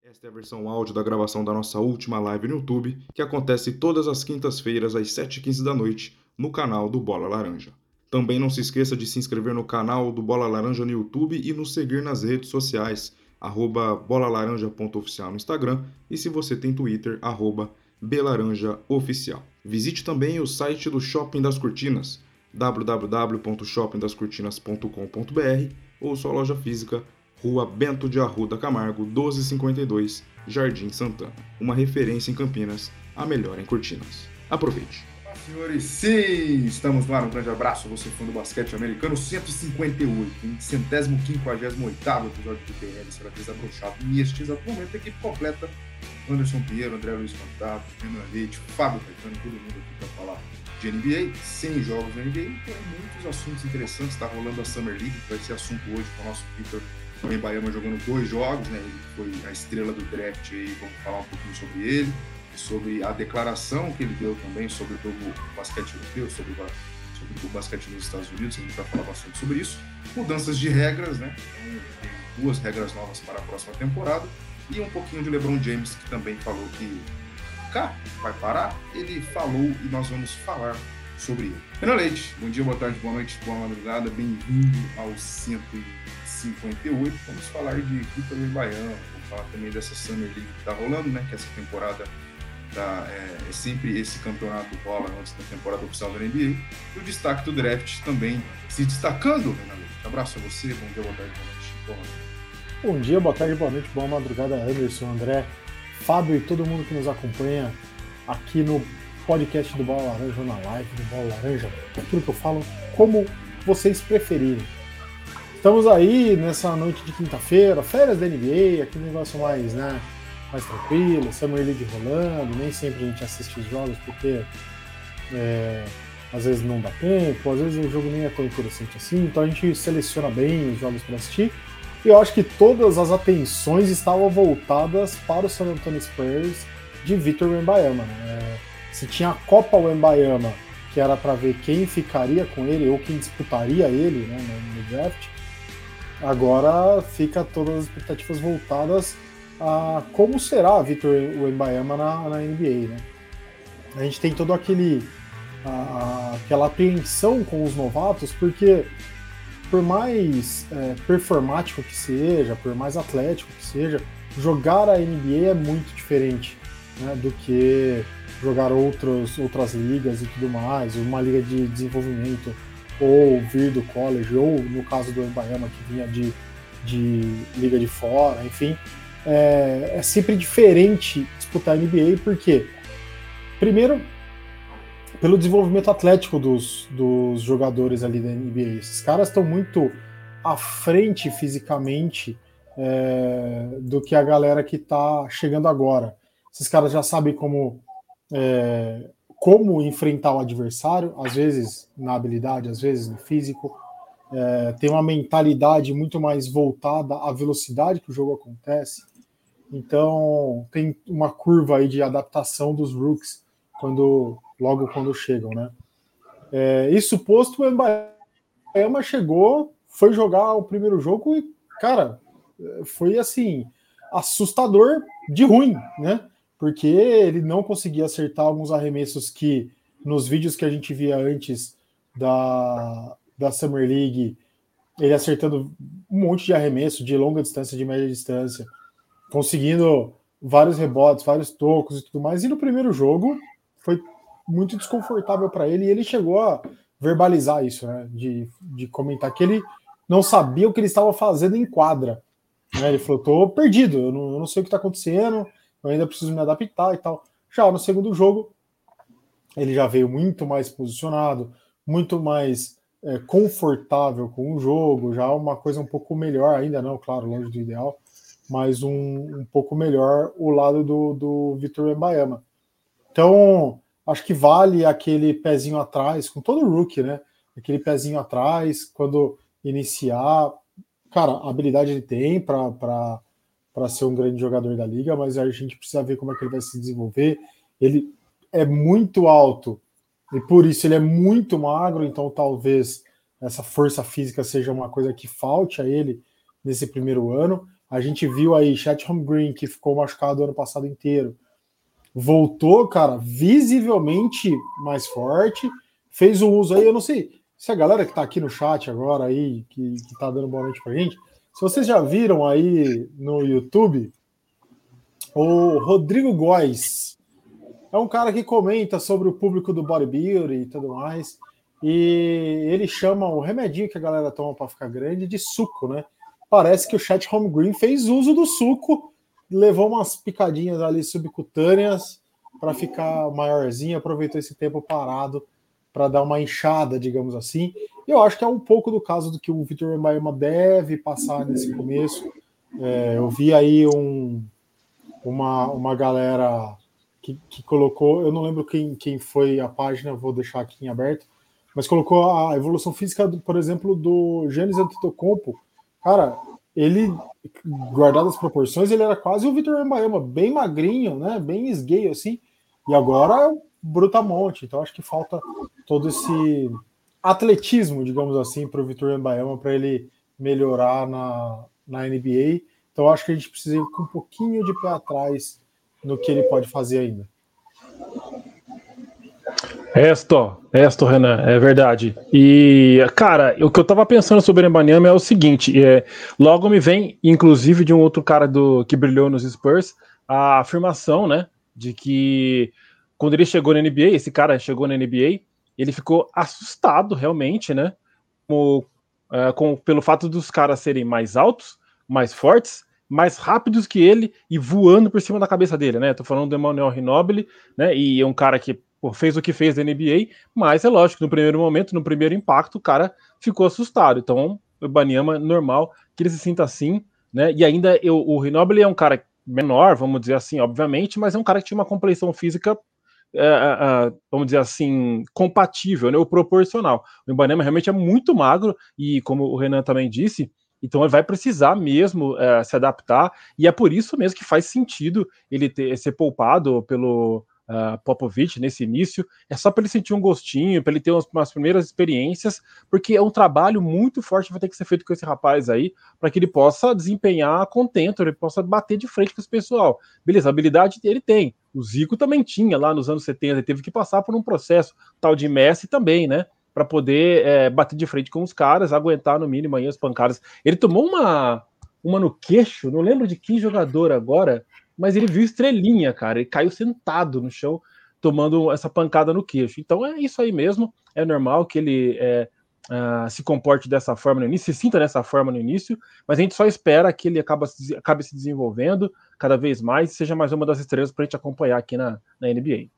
Esta é a versão áudio da gravação da nossa última live no YouTube, que acontece todas as quintas-feiras às 7h15 da noite, no canal do Bola Laranja. Também não se esqueça de se inscrever no canal do Bola Laranja no YouTube e nos seguir nas redes sociais, @bolalaranja.oficial no Instagram e se você tem Twitter, @belaranjaoficial. Visite também o site do Shopping das Cortinas, www.shoppingdascortinas.com.br ou sua loja física, Rua Bento de Arruda Camargo, 1252, Jardim Santana. Uma referência em Campinas, a melhor em cortinas. Aproveite! Olá, senhores, sim! Estamos no ar, um grande abraço a você, fã do basquete americano, 158, em 158º episódio do BL, será desabrochado. Neste exato momento, a equipe completa, Anderson Pinheiro, André Luiz Contato, Renan Leite, Fábio Caetano, todo mundo aqui para falar de NBA, 100 jogos da NBA, tem muitos assuntos interessantes, está rolando a Summer League, que vai ser assunto hoje com o nosso Peter Wembanyama jogando 2 jogos, né? Ele foi a estrela do draft aí, vamos falar um pouquinho sobre ele, sobre a declaração que ele deu também sobre o basquete europeu, sobre o basquete nos Estados Unidos, a gente vai falar bastante sobre isso. Mudanças de regras, né? Então, tem 2 regras novas para a próxima temporada e um pouquinho de LeBron James, que também falou que vai parar. Ele falou e nós vamos falar sobre ele. Renan Leite, bom dia, boa tarde, boa noite, boa madrugada, bem-vindo ao 158. Vamos falar de Victor Wembanyama, vamos falar também dessa Summer League que está rolando, né? Que essa temporada é sempre esse campeonato rola antes da temporada oficial da NBA. E o destaque do draft também se destacando, Renan Leite. Abraço a você, bom dia, boa tarde, boa noite, boa madrugada. Bom dia, boa tarde, boa noite, boa madrugada, Anderson, André, Fábio e todo mundo que nos acompanha aqui no podcast do Bola Laranja, na live do Bola Laranja, aquilo que eu falo, como vocês preferirem. Estamos aí nessa noite de quinta-feira, férias da NBA, aquele negócio mais, né, mais tranquilo, Summer League rolando, nem sempre a gente assiste os jogos porque às vezes não dá tempo, às vezes o jogo nem é tão interessante assim, então a gente seleciona bem os jogos para assistir. E eu acho que todas as atenções estavam voltadas para o San Antonio Spurs de Victor Wembanyama. Se tinha a Copa Wembanyama, que era para ver quem ficaria com ele ou quem disputaria ele, né, no draft, agora fica todas as expectativas voltadas a como será Victor Wembanyama na NBA. Né? A gente tem todo aquela apreensão com os novatos, porque por mais performático que seja, por mais atlético que seja, jogar a NBA é muito diferente, né, do que jogar outras ligas e tudo mais, uma liga de desenvolvimento, ou vir do college, ou no caso do Wembanyama, que vinha de liga de fora, enfim. É sempre diferente disputar a NBA, porque, primeiro, pelo desenvolvimento atlético dos jogadores ali da NBA. Esses caras estão muito à frente fisicamente do que a galera que está chegando agora. Esses caras já sabem como enfrentar o adversário, às vezes na habilidade, às vezes no físico. Tem uma mentalidade muito mais voltada à velocidade que o jogo acontece. Então tem uma curva aí de adaptação dos rookies logo quando chegam, né? Isso posto, o Wembanyama chegou, foi jogar o primeiro jogo e, cara, foi assim, assustador de ruim, né? Porque ele não conseguia acertar alguns arremessos que, nos vídeos que a gente via antes da Summer League, ele acertando um monte de arremesso de longa distância, de média distância, conseguindo vários rebotes, vários tocos e tudo mais. E no primeiro jogo foi muito desconfortável para ele, e ele chegou a verbalizar isso, né? De comentar que ele não sabia o que ele estava fazendo em quadra. Né? Ele falou: tô perdido, eu não sei o que está acontecendo, eu ainda preciso me adaptar e tal. Já no segundo jogo, ele já veio muito mais posicionado, muito mais confortável com o jogo, já uma coisa um pouco melhor, ainda não, claro, longe do ideal, mas um pouco melhor o lado do Victor Wembanyama. Então, acho que vale aquele pezinho atrás, com todo rookie, né? Aquele pezinho atrás, quando iniciar. Cara, a habilidade ele tem para ser um grande jogador da liga, mas a gente precisa ver como é que ele vai se desenvolver. Ele é muito alto e por isso ele é muito magro, então talvez essa força física seja uma coisa que falte a ele nesse primeiro ano. A gente viu aí Chet Holmgren, que ficou machucado o ano passado inteiro, voltou, cara, visivelmente mais forte, fez um uso aí, eu não sei se a galera que tá aqui no chat agora aí, que tá dando boa noite pra gente, se vocês já viram aí no YouTube, o Rodrigo Góes é um cara que comenta sobre o público do bodybuilding e tudo mais, e ele chama o remedinho que a galera toma para ficar grande de suco, né? Parece que o Chet Holmgren fez uso do suco, levou umas picadinhas ali subcutâneas para ficar maiorzinho, aproveitou esse tempo parado para dar uma inchada, digamos assim. Eu acho que é um pouco do caso do que o Vitor Wembanyama deve passar nesse começo. Eu vi aí uma galera que colocou, eu não lembro quem foi a página, vou deixar aqui em aberto, mas colocou a evolução física, por exemplo, do Giannis Antetokounmpo. Cara, ele, guardado as proporções, ele era quase o Vitor Wembanyama, bem magrinho, né, bem esgueio assim, e agora é o brutamonte. Então acho que falta todo esse atletismo, digamos assim, para o Vitor Wembanyama, para ele melhorar na NBA. Então acho que a gente precisa ir com um pouquinho de pé atrás no que ele pode fazer ainda. Esto, Renan, é verdade. E, cara, o que eu tava pensando sobre o Wembanyama é o seguinte, logo me vem, inclusive, de um outro cara que brilhou nos Spurs, a afirmação, né, de que quando ele chegou na NBA, esse cara chegou na NBA, ele ficou assustado, realmente, né, pelo fato dos caras serem mais altos, mais fortes, mais rápidos que ele e voando por cima da cabeça dele, né? Tô falando do Emmanuel Ginobili, né? E é um cara que fez o que fez da NBA, mas é lógico, no primeiro momento, no primeiro impacto, o cara ficou assustado. Então, o Wembanyama, normal que ele se sinta assim, né? E ainda o Ginobili é um cara menor, vamos dizer assim, obviamente, mas é um cara que tinha uma complexão física, vamos dizer assim, compatível, né? Ou proporcional. O Wembanyama realmente é muito magro e, como o Renan também disse, então ele vai precisar mesmo se adaptar, e é por isso mesmo que faz sentido ele ser poupado pelo Popovich nesse início. É só para ele sentir um gostinho, para ele ter umas primeiras experiências, porque é um trabalho muito forte que vai ter que ser feito com esse rapaz aí, para que ele possa desempenhar contento, ele possa bater de frente com esse pessoal. Beleza, a habilidade ele tem. O Zico também tinha lá nos anos 70, ele teve que passar por um processo tal de Messi também, né? Para poder bater de frente com os caras, aguentar no mínimo aí as pancadas. Ele tomou uma no queixo, não lembro de que jogador agora, mas ele viu estrelinha, cara. Ele caiu sentado no chão, tomando essa pancada no queixo. Então é isso aí mesmo, é normal que ele se comporte dessa forma no início, se sinta dessa forma no início, mas a gente só espera que ele acabe se desenvolvendo cada vez mais e seja mais uma das estrelas para a gente acompanhar aqui na NBA.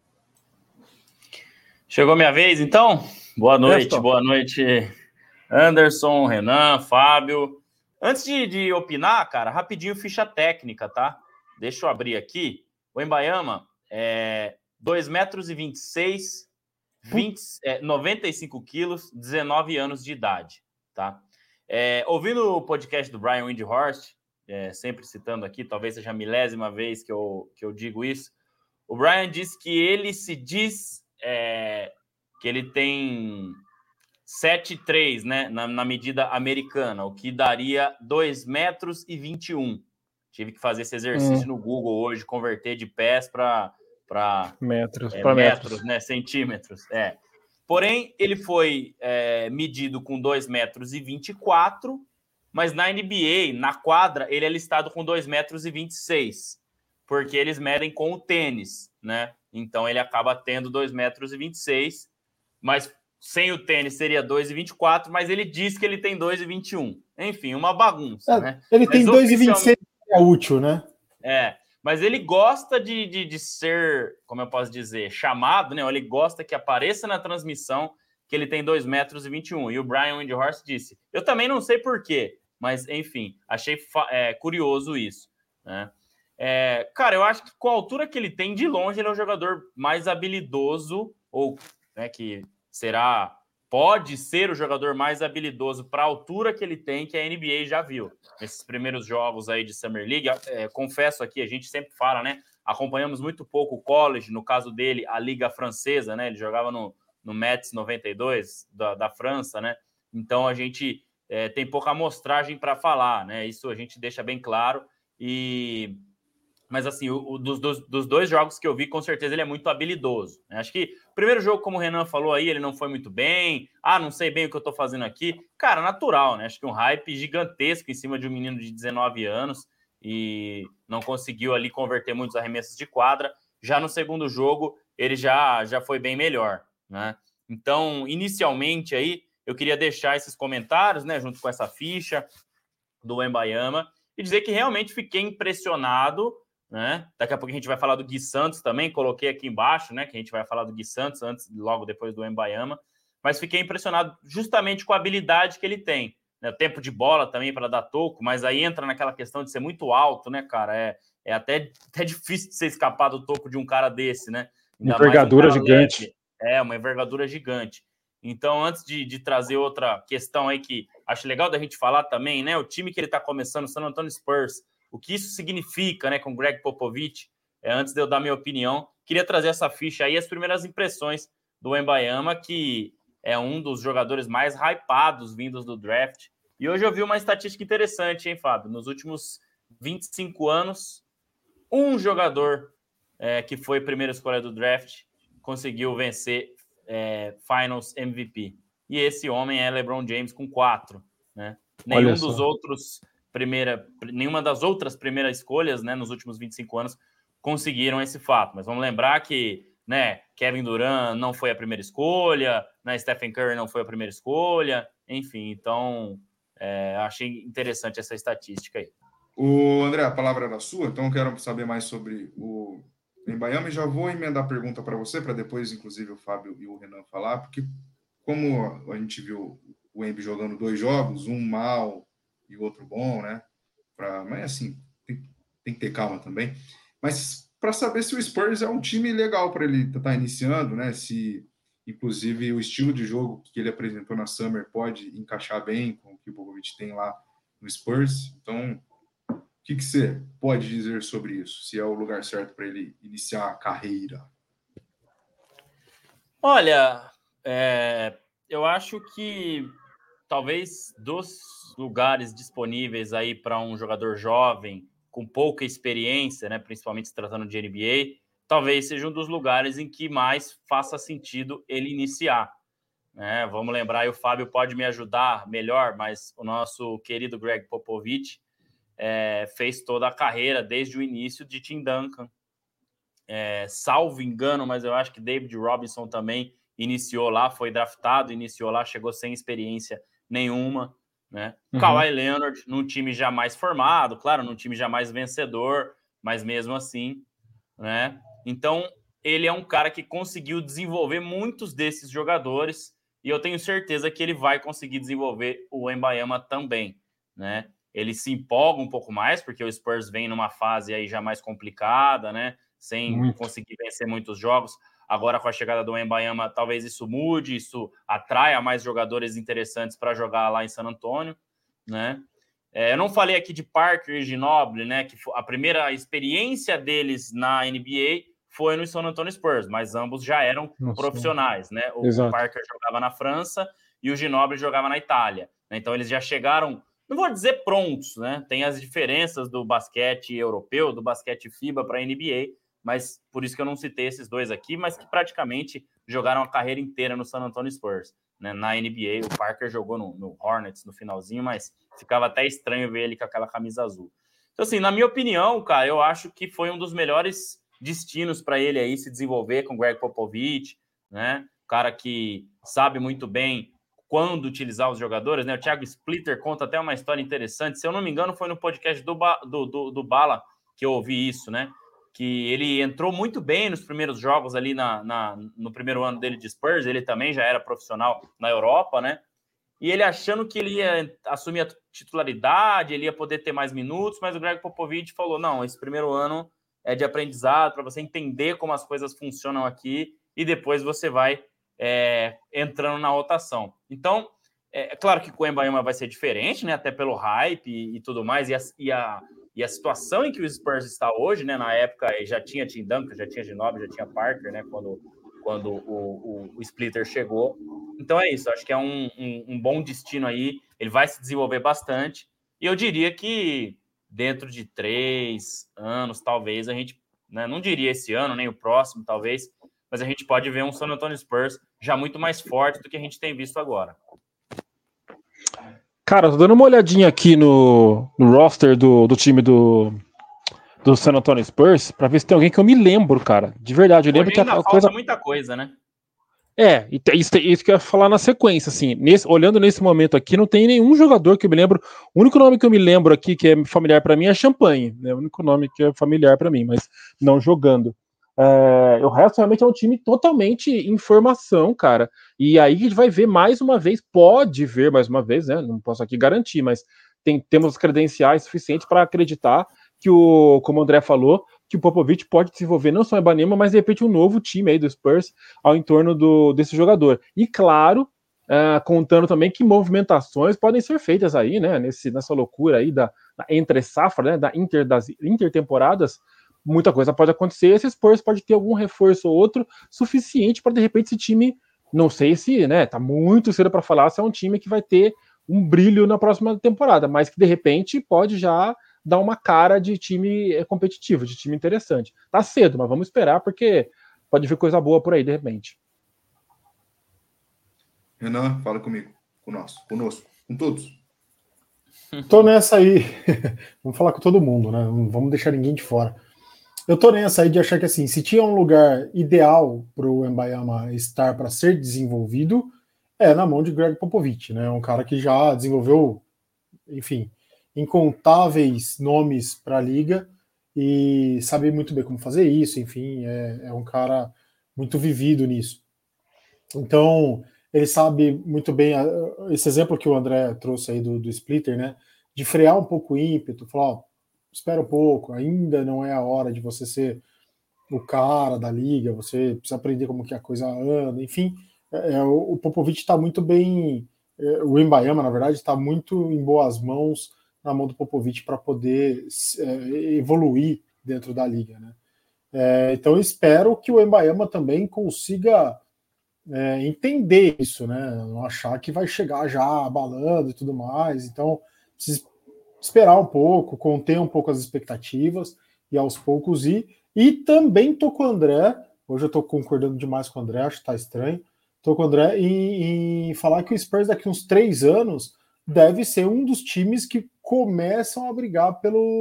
Chegou minha vez, então? Boa noite, Anderson, Renan, Fábio. Antes de opinar, cara, rapidinho ficha técnica, tá? Deixa eu abrir aqui. O Wembanyama é 2,26 metros, 95 quilos, 19 anos de idade, tá? Ouvindo o podcast do Brian Windhorst, sempre citando aqui, talvez seja a milésima vez que eu digo isso, o Brian disse que ele se diz que ele tem 7,3, né, na medida americana, o que daria 2,21 metros. Tive que fazer esse exercício no Google hoje, converter de pés para metros, né, centímetros. Porém, ele foi medido com 2,24 metros, mas na NBA, na quadra, ele é listado com 2,26 metros, porque eles medem com o tênis, né? Então, ele acaba tendo 2,26 metros, mas sem o tênis seria 2,24, mas ele diz que ele tem 2,21. Enfim, uma bagunça, né? Ele tem 2,26, é útil, né? Mas ele gosta de ser, como eu posso dizer, chamado, né? Ele gosta que apareça na transmissão que ele tem 2,21 metros. E o Brian Windhorst disse, eu também não sei por quê, mas, enfim, achei curioso isso, né? Cara, eu acho que com a altura que ele tem, de longe, ele é o jogador mais habilidoso, ou que pode ser o jogador mais habilidoso para a altura que ele tem, que a NBA já viu. Nesses primeiros jogos aí de Summer League, confesso aqui, a gente sempre fala, né? Acompanhamos muito pouco o college, no caso dele, a Liga Francesa, né? Ele jogava no Metz 92, da França, né? Então, a gente tem pouca amostragem para falar, né? Isso a gente deixa bem claro. Mas, assim, dos 2 jogos que eu vi, com certeza ele é muito habilidoso, né? Acho que o primeiro jogo, como o Renan falou aí, ele não foi muito bem. Não sei bem o que eu tô fazendo aqui. Cara, natural, né? Acho que um hype gigantesco em cima de um menino de 19 anos e não conseguiu ali converter muitos arremessos de quadra. Já no segundo jogo, ele já foi bem melhor, né? Então, inicialmente aí, eu queria deixar esses comentários, né, junto com essa ficha do Wembanyama, e dizer que realmente fiquei impressionado, né? Daqui a pouco a gente vai falar do Gui Santos também, coloquei aqui embaixo, né, que a gente vai falar do Gui Santos logo depois do Wembanyama, mas fiquei impressionado justamente com a habilidade que ele tem, né? Tempo de bola também para dar toco, mas aí entra naquela questão de ser muito alto, né, cara? É até difícil de você escapar do toco de um cara desse, né? Envergadura gigante. Uma envergadura gigante. Então, antes de trazer outra questão aí que acho legal da gente falar também, né? O time que ele está começando, o San Antonio Spurs, o que isso significa, né, com o Greg Popovich, antes de eu dar minha opinião, queria trazer essa ficha aí, as primeiras impressões do Wembanyama, que é um dos jogadores mais hypados vindos do draft. E hoje eu vi uma estatística interessante, hein, Fábio? Nos últimos 25 anos, um jogador que foi primeira escolha do draft conseguiu vencer Finals MVP. E esse homem é LeBron James com 4, né? Nenhuma das outras primeiras escolhas, né, nos últimos 25 anos conseguiram esse fato. Mas vamos lembrar que, né, Kevin Durant não foi a primeira escolha, né, Stephen Curry não foi a primeira escolha, enfim. Então, achei interessante essa estatística aí. André, a palavra era sua, então eu quero saber mais sobre o Wembanyama e já vou emendar a pergunta para você, para depois, inclusive, o Fábio e o Renan falar, porque como a gente viu o Wemby jogando 2 jogos, um mal e o outro bom, né? Mas, assim, tem que ter calma também. Mas para saber se o Spurs é um time legal para ele estar iniciando, né? Se, inclusive, o estilo de jogo que ele apresentou na Summer pode encaixar bem com o que o Popovich tem lá no Spurs. Então, o que você pode dizer sobre isso? Se é o lugar certo para ele iniciar a carreira? Olha, eu acho que talvez dos lugares disponíveis aí para um jogador jovem com pouca experiência, né, principalmente se tratando de NBA, talvez seja um dos lugares em que mais faça sentido ele iniciar, né? Vamos lembrar, e o Fábio pode me ajudar melhor, mas o nosso querido Greg Popovich fez toda a carreira desde o início de Tim Duncan. Salvo engano, mas eu acho que David Robinson também iniciou lá, foi draftado, iniciou lá, chegou sem experiência nenhuma, né? Kawhi Leonard num time já mais formado, claro, num time já mais vencedor, mas mesmo assim, né? Então, ele é um cara que conseguiu desenvolver muitos desses jogadores e eu tenho certeza que ele vai conseguir desenvolver o Wembanyama também, né? Ele se empolga um pouco mais, porque o Spurs vem numa fase aí já mais complicada, né? Sem conseguir vencer muitos jogos. Agora, com a chegada do Wembanyama, talvez isso mude, isso atraia mais jogadores interessantes para jogar lá em San Antonio, né? Eu não falei aqui de Parker e Ginobili, né? Que a primeira experiência deles na NBA foi no San Antonio Spurs, mas ambos já eram profissionais, né? O Parker jogava na França e o Ginobili jogava na Itália, né? Então, eles já chegaram, não vou dizer prontos, né? Tem as diferenças do basquete europeu, do basquete FIBA para a NBA, mas por isso que eu não citei esses dois aqui, mas que praticamente jogaram a carreira inteira no San Antonio Spurs, né? Na NBA, o Parker jogou no Hornets no finalzinho, mas ficava até estranho ver ele com aquela camisa azul. Então, assim, na minha opinião, cara, eu acho que foi um dos melhores destinos para ele aí se desenvolver com o Greg Popovich, né? Cara que sabe muito bem quando utilizar os jogadores, né? O Thiago Splitter conta até uma história interessante, se eu não me engano foi no podcast do Bala que eu ouvi isso, né? Que ele entrou muito bem nos primeiros jogos ali no primeiro ano dele de Spurs, ele também já era profissional na Europa, né? E ele achando que ele ia assumir a titularidade, ele ia poder ter mais minutos, mas o Greg Popovich falou, não, esse primeiro ano é de aprendizado, para você entender como as coisas funcionam aqui, e depois você vai entrando na rotação. Então, é claro que com o Wembanyama vai ser diferente, né? Até pelo hype e tudo mais, e a situação em que o Spurs está hoje, né? Na época já tinha Tim Duncan, já tinha Ginobili, já tinha Parker, né? quando o Splitter chegou. Então é isso, acho que é um bom destino aí, ele vai se desenvolver bastante, e eu diria que dentro de 3 anos, talvez, a gente, né, não diria esse ano, nem o próximo, talvez, mas a gente pode ver um San Antonio Spurs já muito mais forte do que a gente tem visto agora. Cara, tô dando uma olhadinha aqui no roster do time do San Antonio Spurs pra ver se tem alguém que eu me lembro, cara. De verdade, eu lembro que ainda falta muita coisa, né? Isso que eu ia falar na sequência, assim, olhando nesse momento aqui, não tem nenhum jogador que eu me lembro. O único nome que eu me lembro aqui que é familiar pra mim é Champagne, né? O único nome que é familiar pra mim, mas não jogando. O resto realmente é um time totalmente em formação, cara. E aí a gente vai ver mais uma vez, pode ver mais uma vez, né? Não posso aqui garantir, mas temos credenciais suficientes para acreditar que como o André falou, que o Popovich pode desenvolver não só em Ibanema, mas de repente um novo time aí do Spurs ao entorno desse jogador. E claro, contando também que movimentações podem ser feitas aí, né? Nessa loucura aí da entre safra, né? Das intertemporadas. Muita coisa pode acontecer, esse Spurs pode ter algum reforço ou outro suficiente para de repente esse time, não sei se, né, tá muito cedo para falar se é um time que vai ter um brilho na próxima temporada, mas que de repente pode já dar uma cara de time competitivo, de time interessante. Tá cedo, mas vamos esperar porque pode vir coisa boa por aí de repente. Renan, fala comigo, conosco, com todos. Tô nessa aí. Vamos falar com todo mundo, né? Não vamos deixar ninguém de fora. Eu tô nessa aí de achar que, assim, se tinha um lugar ideal para o Wembanyama estar para ser desenvolvido, é na mão de Greg Popovich, né? Um cara que já desenvolveu, enfim, incontáveis nomes para a liga e sabe muito bem como fazer isso, enfim, é um cara muito vivido nisso. Então, ele sabe muito bem, esse exemplo que o André trouxe aí do Splitter, né? De frear um pouco o ímpeto, falar, ó, espera um pouco, ainda não é a hora de você ser o cara da liga, você precisa aprender como que a coisa anda, enfim, o Popovich está muito bem, o Wembanyama, na verdade, está muito em boas mãos na mão do Popovich para poder evoluir dentro da liga, né? Então eu espero que o Wembanyama também consiga entender isso, né? Não achar que vai chegar já abalando e tudo mais, então precisa esperar um pouco, conter um pouco as expectativas e aos poucos ir. E também estou com o André, hoje eu estou concordando demais com o André, acho que está estranho, estou com o André em falar que o Spurs daqui uns 3 anos deve ser um dos times que começam a brigar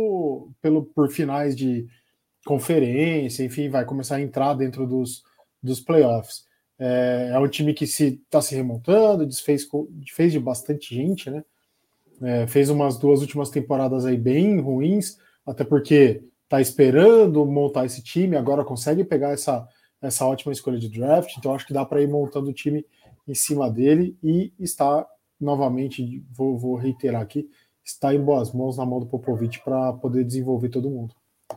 por finais de conferência, enfim, vai começar a entrar dentro dos playoffs. É um time que está se remontando, desfez de bastante gente, né? Fez umas 2 últimas temporadas aí bem ruins, até porque tá esperando montar esse time, agora consegue pegar essa ótima escolha de draft, então acho que dá para ir montando o time em cima dele e está novamente, vou reiterar aqui, está em boas mãos na mão do Popovich para poder desenvolver todo mundo.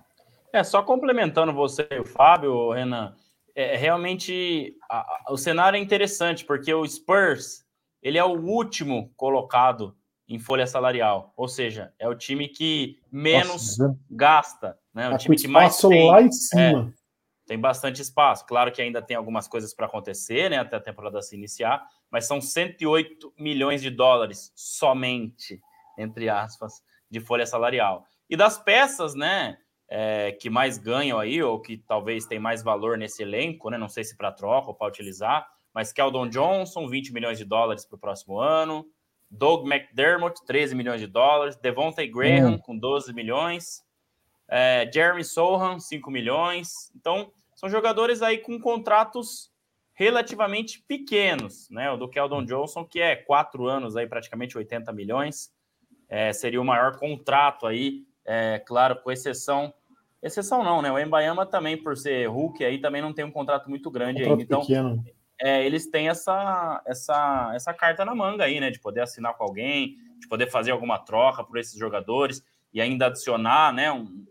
Só complementando você e o Fábio, Renan, realmente o cenário é interessante, porque o Spurs, ele é o último colocado em folha salarial, ou seja, é o time que menos gasta, né? O time que mais tem. Lá em cima. Tem bastante espaço. Claro que ainda tem algumas coisas para acontecer, né? Até a temporada se iniciar, mas são 108 milhões de dólares somente, entre aspas, de folha salarial. E das peças, né? Que mais ganham aí, ou que talvez tem mais valor nesse elenco, né? Não sei se para troca ou para utilizar, mas Keldon Johnson, 20 milhões de dólares para o próximo ano. Doug McDermott, 13 milhões de dólares. Devontae Graham, com 12 milhões. Jeremy Sohan, 5 milhões. Então, são jogadores aí com contratos relativamente pequenos, né? O do Keldon Johnson, que é 4 anos aí, praticamente 80 milhões. Seria o maior contrato aí, claro, com exceção não, né? O Wembanyama também, por ser Hulk, aí também não tem um contrato muito grande ainda. Então, pequeno. Eles têm essa carta na manga aí, né? De poder assinar com alguém, de poder fazer alguma troca por esses jogadores e ainda adicionar, né,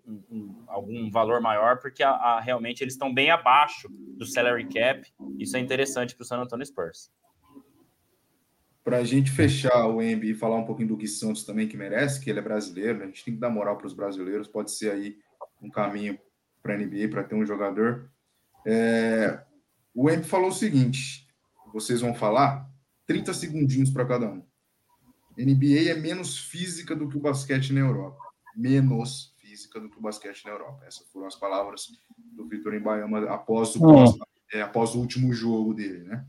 algum valor maior, porque realmente eles estão bem abaixo do salary cap. Isso é interessante para o San Antonio Spurs. Para a gente fechar o Wemby e falar um pouquinho do Gui Santos também, que merece, que ele é brasileiro, né? A gente tem que dar moral para os brasileiros, pode ser aí um caminho para a NBA, para ter um jogador. O Emp falou o seguinte, vocês vão falar 30 segundinhos para cada um. NBA é menos física do que o basquete na Europa. Menos física do que o basquete na Europa. Essas foram as palavras do Victor Wembanyama após o último jogo dele, né?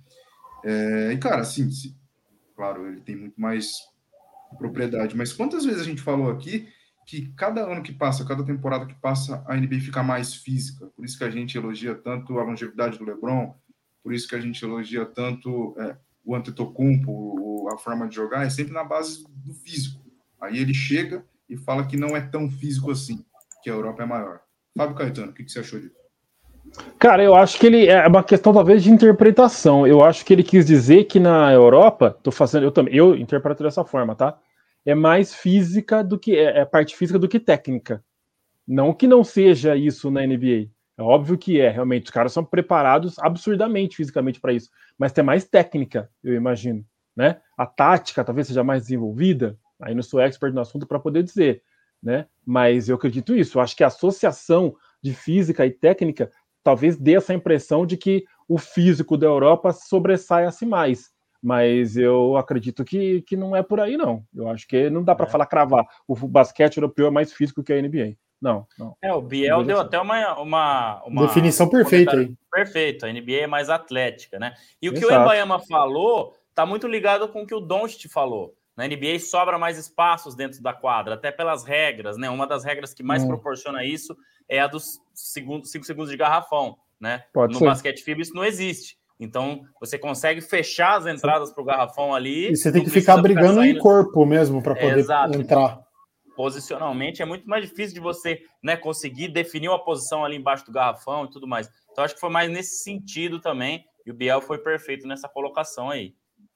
E, cara, assim, claro, ele tem muito mais propriedade, mas quantas vezes a gente falou aqui que cada ano que passa, cada temporada que passa, a NBA fica mais física. Por isso que a gente elogia tanto a longevidade do LeBron, por isso que a gente elogia tanto o Antetokounmpo, a forma de jogar, é sempre na base do físico. Aí ele chega e fala que não é tão físico assim, que a Europa é maior. Fábio Caetano, o que você achou disso? Cara, eu acho que ele é uma questão talvez de interpretação. Eu acho que ele quis dizer que na Europa, eu interpreto dessa forma, tá? É mais física do que parte física do que técnica. Não que não seja isso na NBA. É óbvio que realmente os caras são preparados absurdamente fisicamente para isso, mas tem mais técnica, eu imagino, né? A tática talvez seja mais desenvolvida. Aí não sou expert no assunto para poder dizer, né? Mas eu acredito isso. Eu acho que a associação de física e técnica talvez dê essa impressão de que o físico da Europa sobressaia-se mais. Mas eu acredito que não é por aí, não. Eu acho que não dá para falar cravar. O basquete europeu é mais físico que a NBA. Não. O Biel deu até uma definição perfeita aí. Perfeito. A NBA é mais atlética, né? E o que o Wembanyama falou tá muito ligado com o que o Doncic falou. Na NBA sobra mais espaços dentro da quadra, até pelas regras, né? Uma das regras que mais proporciona isso é a dos 5 segundos de garrafão, né? No basquete FIBA isso não existe. Então, você consegue fechar as entradas para o garrafão ali. E você tem que ficar brigando em corpo mesmo para poder entrar. Posicionalmente, é muito mais difícil de você, né, conseguir definir uma posição ali embaixo do garrafão e tudo mais. Então, acho que foi mais nesse sentido também. E o Biel foi perfeito nessa colocação aí.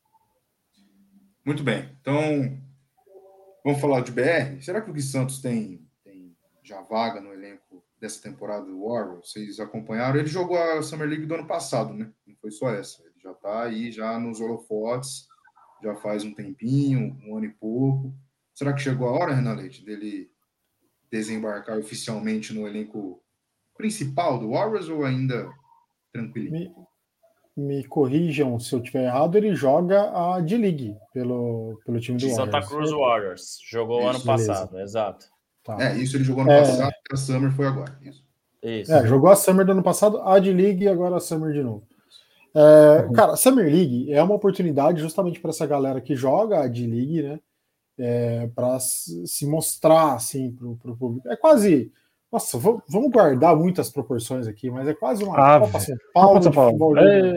Muito bem. Então, vamos falar de BR. Será que o Gui Santos tem já vaga no elenco dessa temporada do Warriors? Vocês acompanharam? Ele jogou a Summer League do ano passado, né? Não foi só essa. Ele já está aí, já nos holofotes, já faz um tempinho, um ano e pouco. Será que chegou a hora, Renan Leite, dele desembarcar oficialmente no elenco principal do Warriors ou ainda tranquilinho? Me corrijam se eu estiver errado, ele joga a D-League pelo time do Warriors. Santa Cruz Warriors. Jogou ano passado, exato. Tá. Isso ele jogou ano passado, a Summer foi agora. Isso. Jogou a Summer do ano passado, a D-League e agora a Summer de novo. Cara, a Summer League é uma oportunidade justamente para essa galera que joga a D-League, né? Para se mostrar assim para o público. É quase. Nossa, vamos guardar muitas proporções aqui, mas é quase uma Copa São Paulo de futebol.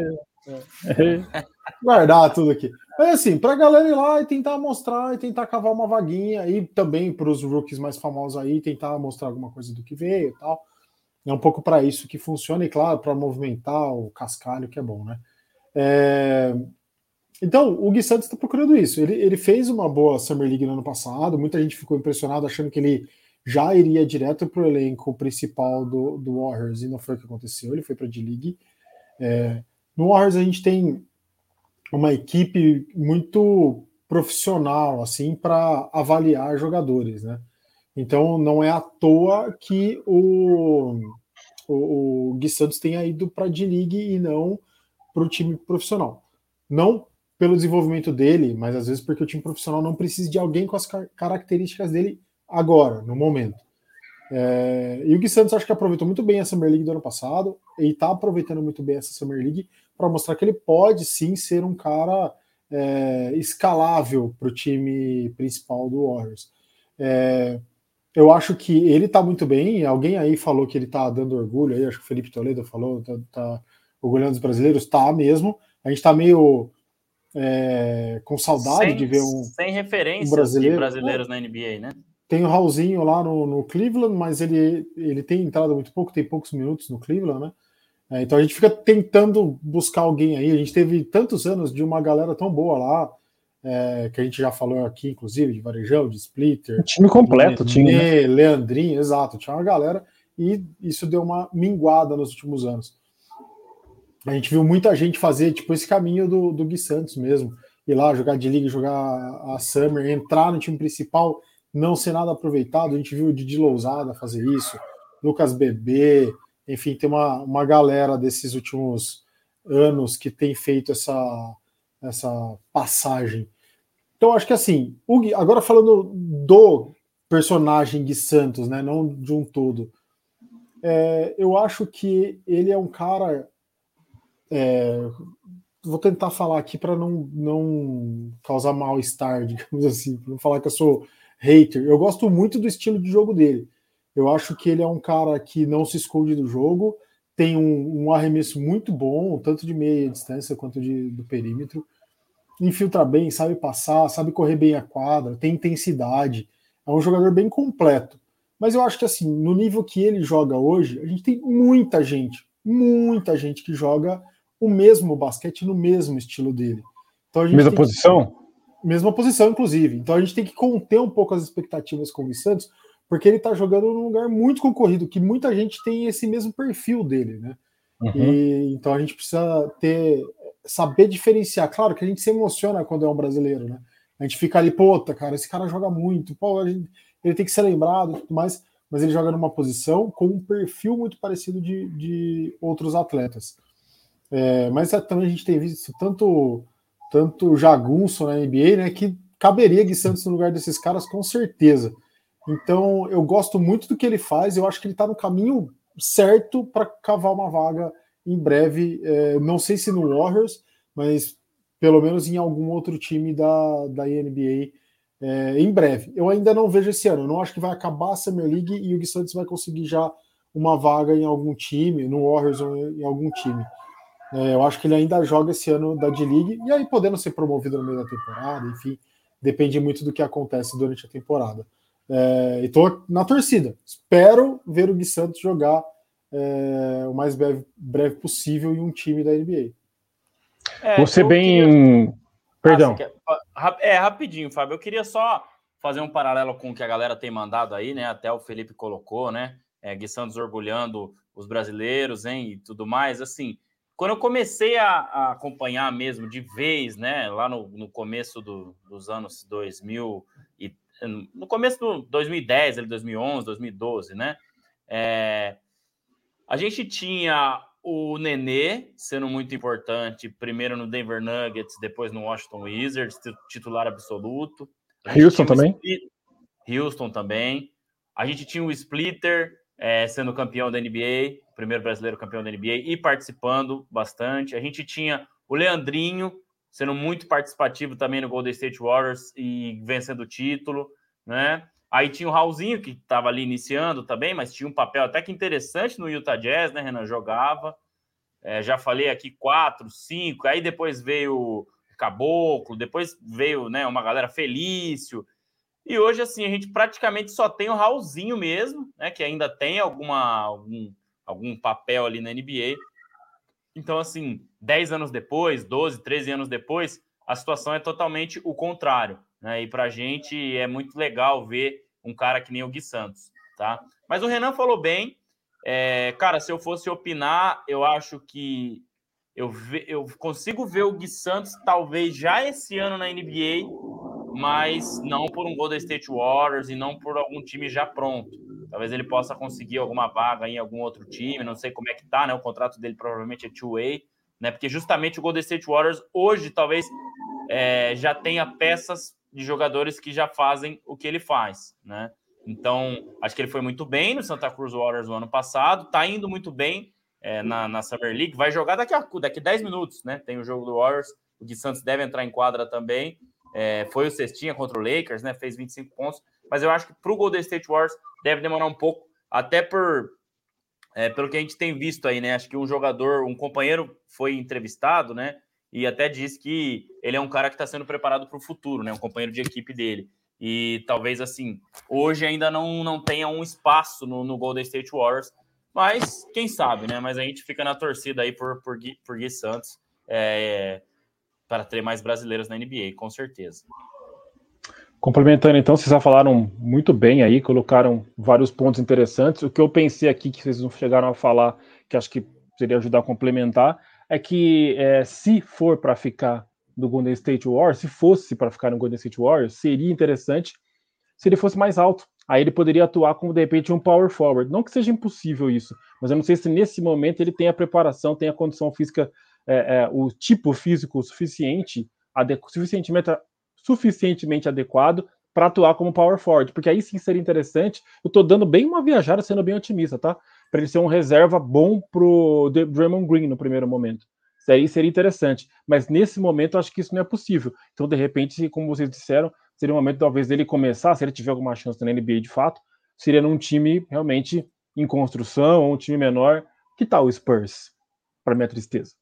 Guardar tudo aqui. Mas assim, para a galera ir lá e tentar mostrar e tentar cavar uma vaguinha, e também para os rookies mais famosos aí, tentar mostrar alguma coisa do que veio e tal. É um pouco para isso que funciona, e claro, para movimentar o cascalho, que é bom, né? Então, o Gui Santos está procurando isso. Ele fez uma boa Summer League no ano passado, muita gente ficou impressionada achando que ele já iria direto para o elenco principal do Warriors, e não foi o que aconteceu, ele foi para a D-League. No Warriors a gente tem uma equipe muito profissional assim para avaliar jogadores, né? Então não é à toa que o Gui Santos tenha ido para a D-League e não para o time profissional. Não pelo desenvolvimento dele, mas às vezes porque o time profissional não precisa de alguém com as características dele agora, no momento. E o Gui Santos acho que aproveitou muito bem a Summer League do ano passado e está aproveitando muito bem essa Summer League para mostrar que ele pode sim ser um cara escalável para o time principal do Warriors. Eu acho que ele está muito bem. Alguém aí falou que ele está dando orgulho, aí, acho que o Felipe Toledo falou, tá orgulhando os brasileiros, tá mesmo. A gente está meio com saudade de ver sem referências brasileiro. De brasileiros na NBA, né? Tem o Raulzinho lá no Cleveland, mas ele tem entrado muito pouco, tem poucos minutos no Cleveland, né? Então a gente fica tentando buscar alguém aí. A gente teve tantos anos de uma galera tão boa lá, que a gente já falou aqui, inclusive, de Varejão, de Splitter. O time completo, né? Leandrinho, exato. Tinha uma galera e isso deu uma minguada nos últimos anos. A gente viu muita gente fazer tipo esse caminho do Gui Santos mesmo. Ir lá, jogar de liga, jogar a Summer, entrar no time principal, não ser nada aproveitado. A gente viu o Didi Lousada fazer isso, Lucas Bebê, enfim, tem uma galera desses últimos anos que tem feito essa passagem. Então, acho que assim, agora falando do personagem Gui Santos, né, não de um todo, eu acho que ele é um cara. Vou tentar falar aqui para não causar mal-estar, digamos assim, para não falar que eu sou hater. Eu gosto muito do estilo de jogo dele. Eu acho que ele é um cara que não se esconde do jogo, tem um arremesso muito bom, tanto de meia distância quanto do perímetro. Infiltra bem, sabe passar, sabe correr bem a quadra, tem intensidade. É um jogador bem completo. Mas eu acho que assim, no nível que ele joga hoje, a gente tem muita gente que joga o mesmo basquete no mesmo estilo dele. Então a gente mesma posição? Mesma posição, inclusive. Então a gente tem que conter um pouco as expectativas com o Gui Santos, porque ele está jogando num lugar muito concorrido, que muita gente tem esse mesmo perfil dele, né? E então a gente precisa saber diferenciar. Claro que a gente se emociona quando é um brasileiro, né? A gente fica ali, puta, cara, esse cara joga muito, ele tem que ser lembrado e tudo mais, mas ele joga numa posição com um perfil muito parecido de outros atletas. Mas também a gente tem visto tanto jagunço na NBA, né, que caberia Gui Santos no lugar desses caras com certeza. Então eu gosto muito do que ele faz, eu acho que ele está no caminho certo para cavar uma vaga em breve, não sei se no Warriors, mas pelo menos em algum outro time da NBA em breve. Eu ainda não vejo esse ano, eu não acho que vai acabar a Summer League e o Gui Santos vai conseguir já uma vaga em algum time, no Warriors ou em algum time. Eu acho que ele ainda joga esse ano da D-League, e aí podendo ser promovido no meio da temporada, enfim, depende muito do que acontece durante a temporada. E tô na torcida. Espero ver o Gui Santos jogar o mais breve possível em um time da NBA. Você bem... Queria... Perdão. Rapidinho, Fábio. Eu queria só fazer um paralelo com o que a galera tem mandado aí, né? Até o Felipe colocou, né? Gui Santos orgulhando os brasileiros, hein? E tudo mais. Assim, quando eu comecei a acompanhar mesmo de vez, né? Lá no começo dos anos 2000 e no começo do 2010, 2011, 2012, né? A gente tinha o Nenê sendo muito importante, primeiro no Denver Nuggets, depois no Washington Wizards, titular absoluto. Houston também? Houston também. A gente tinha o Splitter sendo campeão da NBA, o primeiro brasileiro campeão da NBA, e participando bastante. A gente tinha o Leandrinho sendo muito participativo também no Golden State Warriors e vencendo o título, né? Aí tinha o Raulzinho, que estava ali iniciando também, mas tinha um papel até que interessante no Utah Jazz, né, Renan? Jogava. Já falei aqui 4, 5, aí depois veio o Caboclo, depois veio, né, uma galera Felício. E hoje, assim, a gente praticamente só tem o Raulzinho mesmo, né, que ainda tem algum papel ali na NBA. Então, assim, 10 anos depois, 12, 13 anos depois, a situação é totalmente o contrário, né? E pra gente é muito legal ver um cara que nem o Gui Santos, tá? Mas o Renan falou bem. Cara, se eu fosse opinar, eu acho que eu consigo ver o Gui Santos talvez já esse ano na NBA, mas não por um Golden State Warriors e não por algum time já pronto. Talvez ele possa conseguir alguma vaga em algum outro time, não sei como é que tá, né? O contrato dele provavelmente é two-way, né? Porque justamente o Golden State Warriors hoje talvez já tenha peças de jogadores que já fazem o que ele faz, né? Então, acho que ele foi muito bem no Santa Cruz Warriors no ano passado, tá indo muito bem na Summer League, vai jogar daqui 10 minutos, né? Tem o jogo do Warriors, o Gui Santos deve entrar em quadra também, foi o cestinha contra o Lakers, né? Fez 25 pontos, mas eu acho que pro Golden State Warriors deve demorar um pouco, até pelo que a gente tem visto aí, né? Acho que um companheiro foi entrevistado, né? E até disse que ele é um cara que está sendo preparado para o futuro, né? Um companheiro de equipe dele. E talvez, assim, hoje ainda não tenha um espaço no Golden State Warriors, mas quem sabe, né? Mas a gente fica na torcida aí por Gui Santos para ter mais brasileiros na NBA, com certeza. Complementando, então, vocês já falaram muito bem aí, colocaram vários pontos interessantes. O que eu pensei aqui, que vocês não chegaram a falar, que acho que seria ajudar a complementar, é que se for para ficar no Golden State Warriors, se fosse para ficar no Golden State Warriors, seria interessante se ele fosse mais alto. Aí ele poderia atuar como, de repente, um power forward. Não que seja impossível isso, mas eu não sei se nesse momento ele tem a preparação, tem a condição física o tipo físico suficientemente adequado para atuar como power forward, porque aí sim seria interessante. Eu tô dando bem uma viajada, sendo bem otimista, tá? Para ele ser um reserva bom pro Draymond Green no primeiro momento. Isso aí seria interessante, mas nesse momento eu acho que isso não é possível. Então, de repente, como vocês disseram, seria um momento talvez dele começar, se ele tiver alguma chance na NBA de fato, seria num time realmente em construção, ou um time menor. Que tal o Spurs? Para minha tristeza.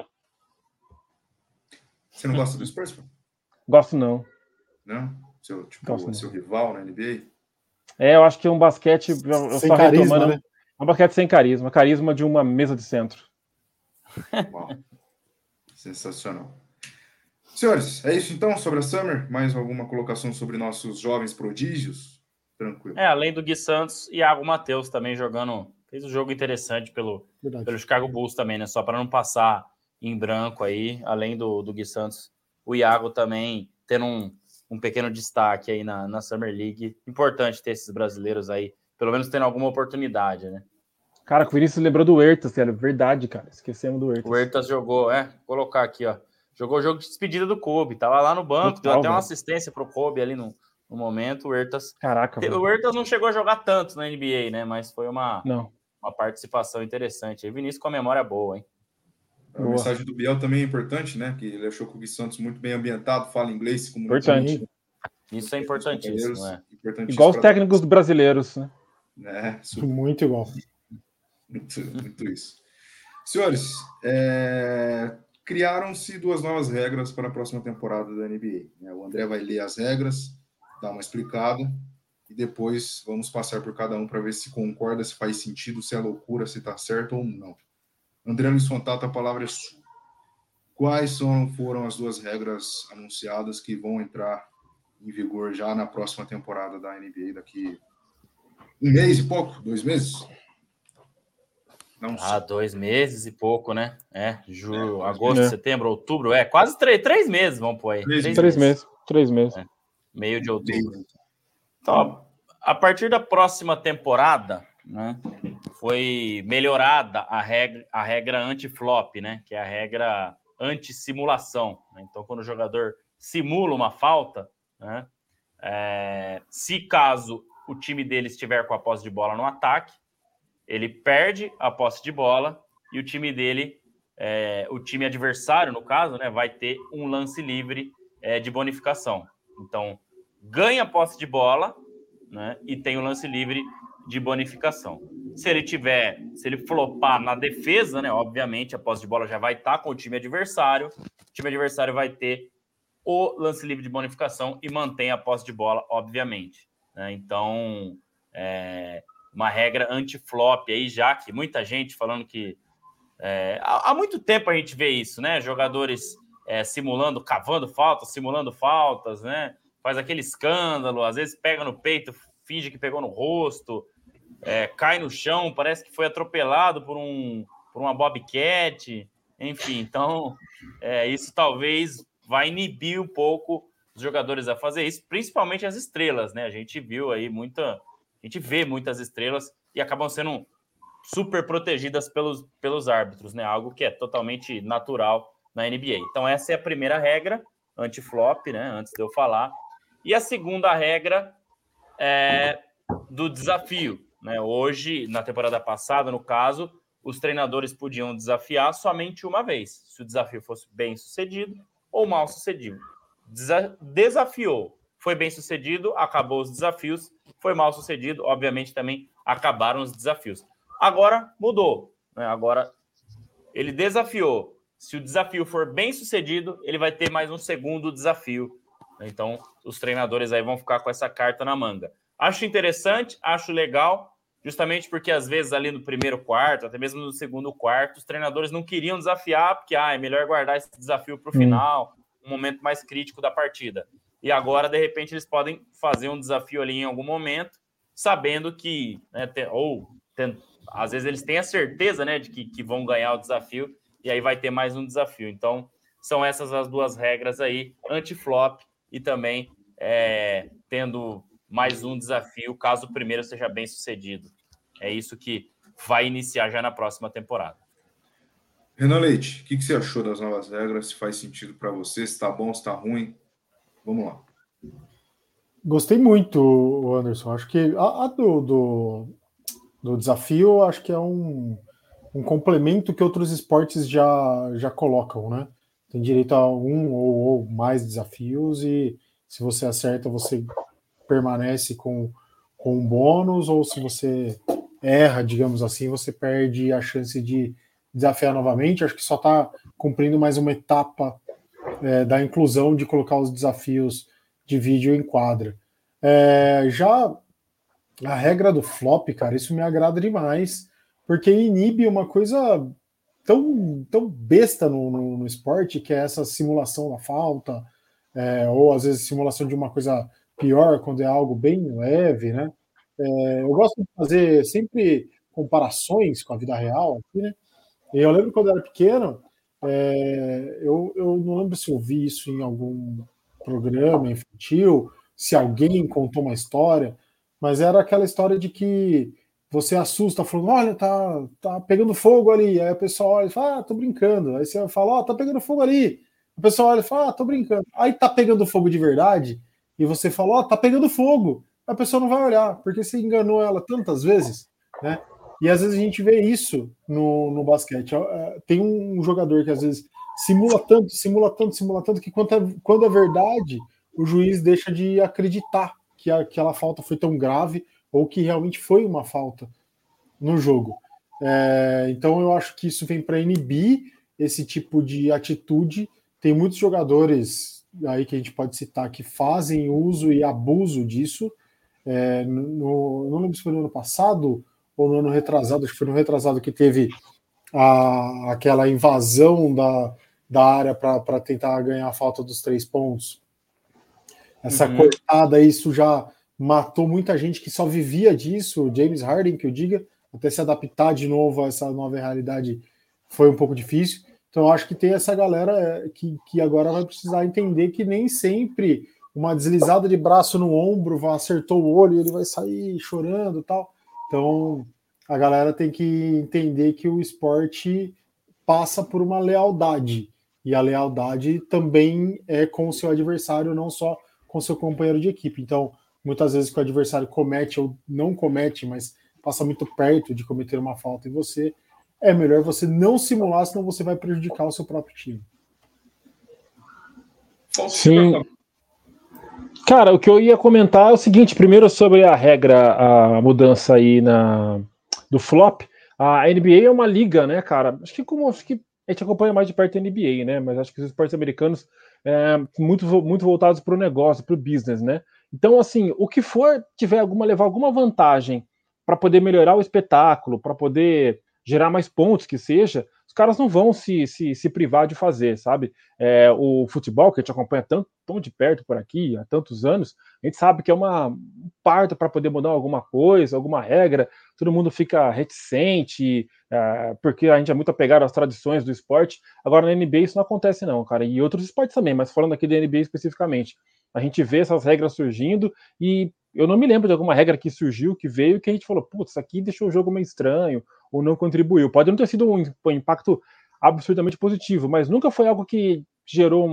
Você não gosta do Spurs, pô? Gosto não. Não? Seu rival na NBA? Eu acho que é um basquete. Sem carisma, retomando, né? É um basquete sem carisma. Carisma de uma mesa de centro. Uau. Sensacional. Senhores, é isso então sobre a Summer? Mais alguma colocação sobre nossos jovens prodígios? Tranquilo. Além do Gui Santos, Iago Matheus também jogando. Fez um jogo interessante pelo Chicago Bulls também, né? Só para não passar em branco aí, além do Gui Santos, o Iago também tendo um pequeno destaque aí na Summer League. Importante ter esses brasileiros aí, pelo menos tendo alguma oportunidade, né? Cara, o Vinícius lembrou do Huertas, cara. Verdade, cara. Esquecemos do Huertas. O Huertas jogou, vou colocar aqui, ó. Jogou o jogo de despedida do Kobe. Tava lá no banco, deu até uma assistência pro Kobe ali no momento. O Huertas. Caraca, o Huertas não chegou a jogar tanto na NBA, né? Mas foi uma participação interessante. E Vinícius com a memória boa, hein? A mensagem do Biel também é importante, né? Que ele achou que o Gui Santos muito bem ambientado, fala inglês, como importante. Isso é importantíssimo, importantíssimo. Igual os técnicos brasileiros, né? Muito igual. Muito isso. Senhores, criaram-se 2 novas regras para a próxima temporada da NBA. O André vai ler as regras, dar uma explicada, e depois vamos passar por cada um para ver se concorda, se faz sentido, se é loucura, se está certo ou não. André Luiz Fontato, a palavra é sua. Quais foram as 2 regras anunciadas que vão entrar em vigor já na próxima temporada da NBA daqui 1 mês e pouco? 2 meses? Não sei. 2 meses e pouco, né? Julho, agosto, setembro, outubro, quase 3 meses, vamos pôr aí. 3 meses. Meio de outubro. Então, a partir da próxima temporada, né, foi melhorada a regra anti-flop, né, que é a regra anti-simulação. Né? Então, quando o jogador simula uma falta, né, se caso o time dele estiver com a posse de bola no ataque, ele perde a posse de bola e o time dele, o time adversário, no caso, né, vai ter um lance livre de bonificação. Então, ganha a posse de bola, né, e tem o lance livre de bonificação. Se ele flopar na defesa, né, obviamente a posse de bola já vai estar com o time adversário vai ter o lance livre de bonificação e mantém a posse de bola, obviamente. Né? Então, uma regra anti-flop aí, já que muita gente falando que... há muito tempo a gente vê isso, né? Jogadores simulando, cavando faltas, simulando faltas, né? Faz aquele escândalo, às vezes pega no peito, finge que pegou no rosto, cai no chão, parece que foi atropelado por uma Bobcat, enfim. Então, isso talvez vai inibir um pouco os jogadores a fazer isso, principalmente as estrelas, né? A gente viu aí a gente vê muitas estrelas e acabam sendo super protegidas pelos árbitros, né? Algo que é totalmente natural na NBA. Então, essa é a primeira regra, anti-flop, né? Antes de eu falar. E a segunda regra é do desafio, né? Hoje, na temporada passada, no caso, os treinadores podiam desafiar somente uma vez, se o desafio fosse bem sucedido ou mal sucedido. Desafiou, foi bem sucedido, acabou os desafios, foi mal sucedido, obviamente também acabaram os desafios. Agora mudou, né? Agora ele desafiou. Se o desafio for bem sucedido, ele vai ter mais um segundo desafio. Então, os treinadores aí vão ficar com essa carta na manga. Acho interessante, acho legal, justamente porque às vezes ali no primeiro quarto, até mesmo no segundo quarto, os treinadores não queriam desafiar, porque é melhor guardar esse desafio para o final, um momento mais crítico da partida. E agora, de repente, eles podem fazer um desafio ali em algum momento, sabendo que, né, às vezes eles têm a certeza, né, de que vão ganhar o desafio, e aí vai ter mais um desafio. Então, são essas as 2 regras aí, anti-flop e também tendo mais um desafio, caso o primeiro seja bem sucedido. É isso que vai iniciar já na próxima temporada. Renan Leite, o que você achou das novas regras? Se faz sentido para você, se tá bom, se tá ruim? Vamos lá. Gostei muito, Anderson. Acho que a do desafio, acho que é um complemento que outros esportes já colocam, né? Tem direito a um ou mais desafios e se você acerta, você permanece com um bônus, ou se você erra, digamos assim, você perde a chance de desafiar novamente. Acho que só está cumprindo mais uma etapa da inclusão de colocar os desafios de vídeo em quadra. Já a regra do flop, cara, isso me agrada demais, porque inibe uma coisa tão besta no esporte, que é essa simulação da falta, ou às vezes simulação de uma coisa pior, quando é algo bem leve, né? Eu gosto de fazer sempre comparações com a vida real, aqui, né? E eu lembro quando eu era pequeno, eu não lembro se eu vi isso em algum programa infantil, se alguém contou uma história, mas era aquela história de que você assusta falando, olha, tá pegando fogo ali. Aí o pessoal olha e fala, tô brincando. Aí você fala, ó, tá pegando fogo ali. O pessoal olha e fala, tô brincando. Aí tá pegando fogo de verdade, e você fala, ó, tá pegando fogo. A pessoa não vai olhar, porque você enganou ela tantas vezes, né? E às vezes a gente vê isso no basquete. Tem um jogador que às vezes simula tanto, que quando é verdade, o juiz deixa de acreditar que aquela falta foi tão grave ou que realmente foi uma falta no jogo. Então eu acho que isso vem para inibir esse tipo de atitude. Tem muitos jogadores aí que a gente pode citar que fazem uso e abuso disso. Não lembro se foi no ano passado ou no ano retrasado, acho que foi no retrasado que teve aquela invasão da área para tentar ganhar a falta dos 3 pontos. Essa cortada, isso já matou muita gente que só vivia disso. O James Harden, que eu diga, até se adaptar de novo a essa nova realidade foi um pouco difícil. Então eu acho que tem essa galera que agora vai precisar entender que nem sempre uma deslizada de braço no ombro acertou o olho e ele vai sair chorando e tal. Então a galera tem que entender que o esporte passa por uma lealdade. E a lealdade também é com o seu adversário, não só com seu companheiro de equipe. Então, muitas vezes que o adversário comete ou não comete, mas passa muito perto de cometer uma falta em você, é melhor você não simular, senão você vai prejudicar o seu próprio time. Sim. Cara, o que eu ia comentar é o seguinte, primeiro sobre a regra, a mudança aí do flop. A NBA é uma liga, né, cara? Acho que a gente acompanha mais de perto a NBA, né? Mas acho que os esportes americanos muito voltados para o negócio, para o business, né? Então, assim, o que for levar alguma vantagem para poder melhorar o espetáculo, para poder gerar mais pontos que seja, os caras não vão se privar de fazer, sabe? O futebol, que a gente acompanha tão de perto por aqui há tantos anos, a gente sabe que é um parto para poder mudar alguma coisa, alguma regra, todo mundo fica reticente, porque a gente é muito apegado às tradições do esporte. Agora, na NBA isso não acontece não, cara, e outros esportes também, mas falando aqui da NBA especificamente, a gente vê essas regras surgindo e eu não me lembro de alguma regra que surgiu, que veio, que a gente falou, putz, isso aqui deixou o jogo meio estranho, ou não contribuiu. Pode não ter sido um impacto absurdamente positivo, mas nunca foi algo que gerou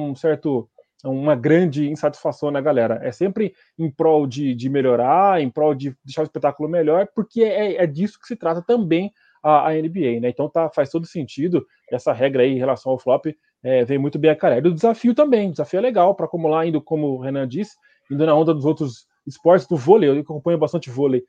uma grande insatisfação na galera. É sempre em prol de melhorar, em prol de deixar o espetáculo melhor, porque é disso que se trata também a NBA, né? Então faz todo sentido essa regra aí em relação ao flop, vem muito bem a calhar. E o desafio também, o desafio é legal para acumular, indo, como o Renan disse, indo na onda dos outros esportes, do vôlei, eu acompanho bastante vôlei,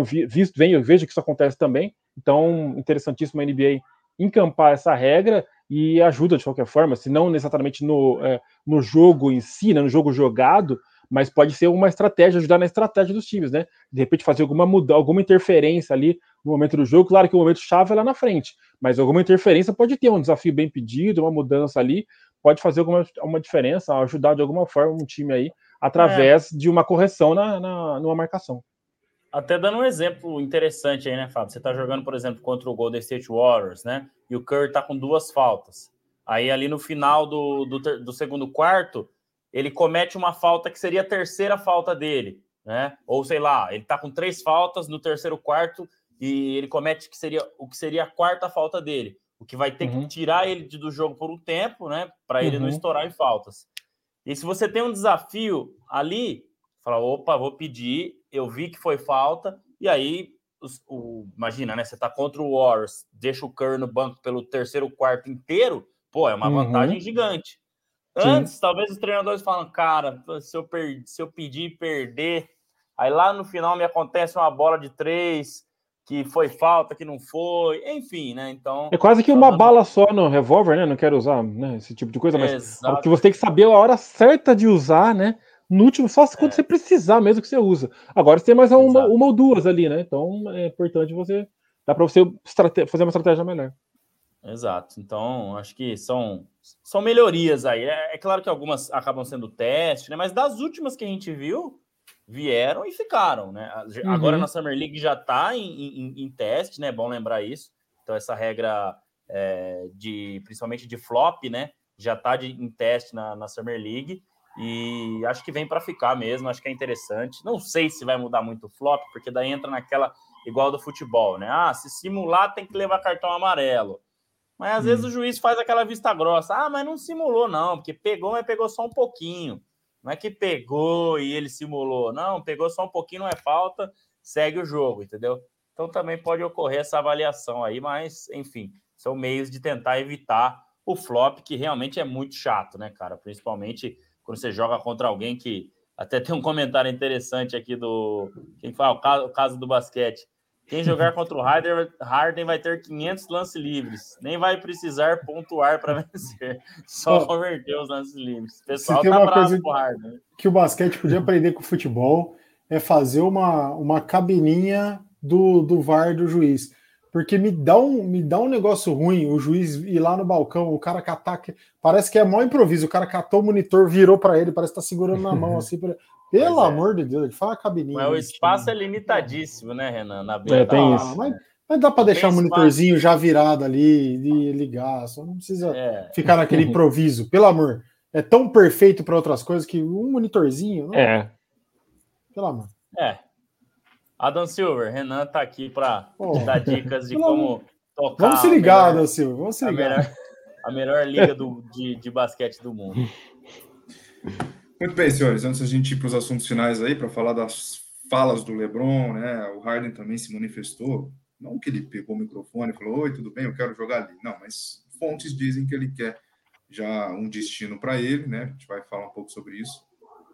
vejo que isso acontece também, então interessantíssimo a NBA encampar essa regra e ajuda de qualquer forma, se não necessariamente no jogo em si, né, no jogo jogado, mas pode ser uma estratégia, ajudar na estratégia dos times, né? De repente fazer alguma interferência ali no momento do jogo. Claro que o momento chave é lá na frente, mas alguma interferência pode ter um desafio bem pedido, uma mudança ali, pode fazer uma diferença, ajudar de alguma forma um time aí, através de uma correção numa marcação. Até dando um exemplo interessante aí, né, Fábio? Você tá jogando, por exemplo, contra o Golden State Warriors, né? E o Curry tá com 2 faltas. Aí ali no final do segundo quarto, ele comete uma falta que seria a terceira falta dele, né? Ou sei lá, ele tá com 3 faltas no terceiro quarto e ele comete o que seria a quarta falta dele. o que vai ter que tirar ele do jogo por um tempo, né? Para ele não estourar em faltas. E se você tem um desafio ali, fala, opa, vou pedir, eu vi que foi falta, e aí, imagina, né? Você tá contra o Warriors, deixa o Curry no banco pelo terceiro quarto inteiro, pô, é uma vantagem gigante. Antes, talvez os treinadores falam, cara, se eu pedir e perder, aí lá no final me acontece uma bola de 3, que foi falta, que não foi, enfim, né? Então é quase que uma bala só no revólver, né? Não quero usar, né, esse tipo de coisa, mas que você tem que saber a hora certa de usar, né? No último, só quando você precisar mesmo que você usa. Agora você tem mais uma ou duas ali, né? Então é importante dá para você fazer uma estratégia melhor. Exato. Então acho que são melhorias aí. É claro que algumas acabam sendo teste, né? Mas das últimas que a gente viu, vieram e ficaram, né? Agora na Summer League já está em teste, né? É bom lembrar isso. Então essa regra principalmente de flop, né? Já está em teste na Summer League e acho que vem para ficar mesmo. Acho que é interessante. Não sei se vai mudar muito o flop, porque daí entra naquela igual do futebol, né? Se simular tem que levar cartão amarelo. Mas às vezes o juiz faz aquela vista grossa. Mas não simulou não, porque pegou, mas pegou só um pouquinho. Não é que pegou e ele simulou. Não, pegou só um pouquinho, não é falta, segue o jogo, entendeu? Então também pode ocorrer essa avaliação aí, mas, enfim, são meios de tentar evitar o flop, que realmente é muito chato, né, cara? Principalmente quando você joga contra alguém que... Até tem um comentário interessante aqui quem fala, o caso do basquete. Quem jogar contra o Harden vai ter 500 lances livres. Nem vai precisar pontuar para vencer. Só converter os lances livres. O pessoal tá bravo com o Harden. Que o basquete podia aprender com o futebol é fazer uma cabininha do VAR do juiz. Porque me dá um negócio ruim o juiz ir lá no balcão, o cara catar... Parece que é mó improviso. O cara catou o monitor, virou para ele, parece que tá segurando na mão assim... Pelo amor de Deus, ele faz uma cabininha. Mas o espaço é limitadíssimo, né, Renan? Na beira tem isso. Mas dá para deixar o monitorzinho já virado ali e ligar. Só não precisa ficar naquele improviso. Pelo amor. É tão perfeito para outras coisas que um monitorzinho... Não? Pelo amor. Adam Silver, Renan tá aqui para dar dicas de como tocar. Vamos se ligar, Adam Silver. Vamos se ligar. A melhor liga de basquete do mundo. Muito bem, senhores, antes a gente ir para os assuntos finais aí, para falar das falas do LeBron, né? O Harden também se manifestou, não que ele pegou o microfone e falou, oi, tudo bem, eu quero jogar ali. Não, mas fontes dizem que ele quer já um destino para ele, né? A gente vai falar um pouco sobre isso.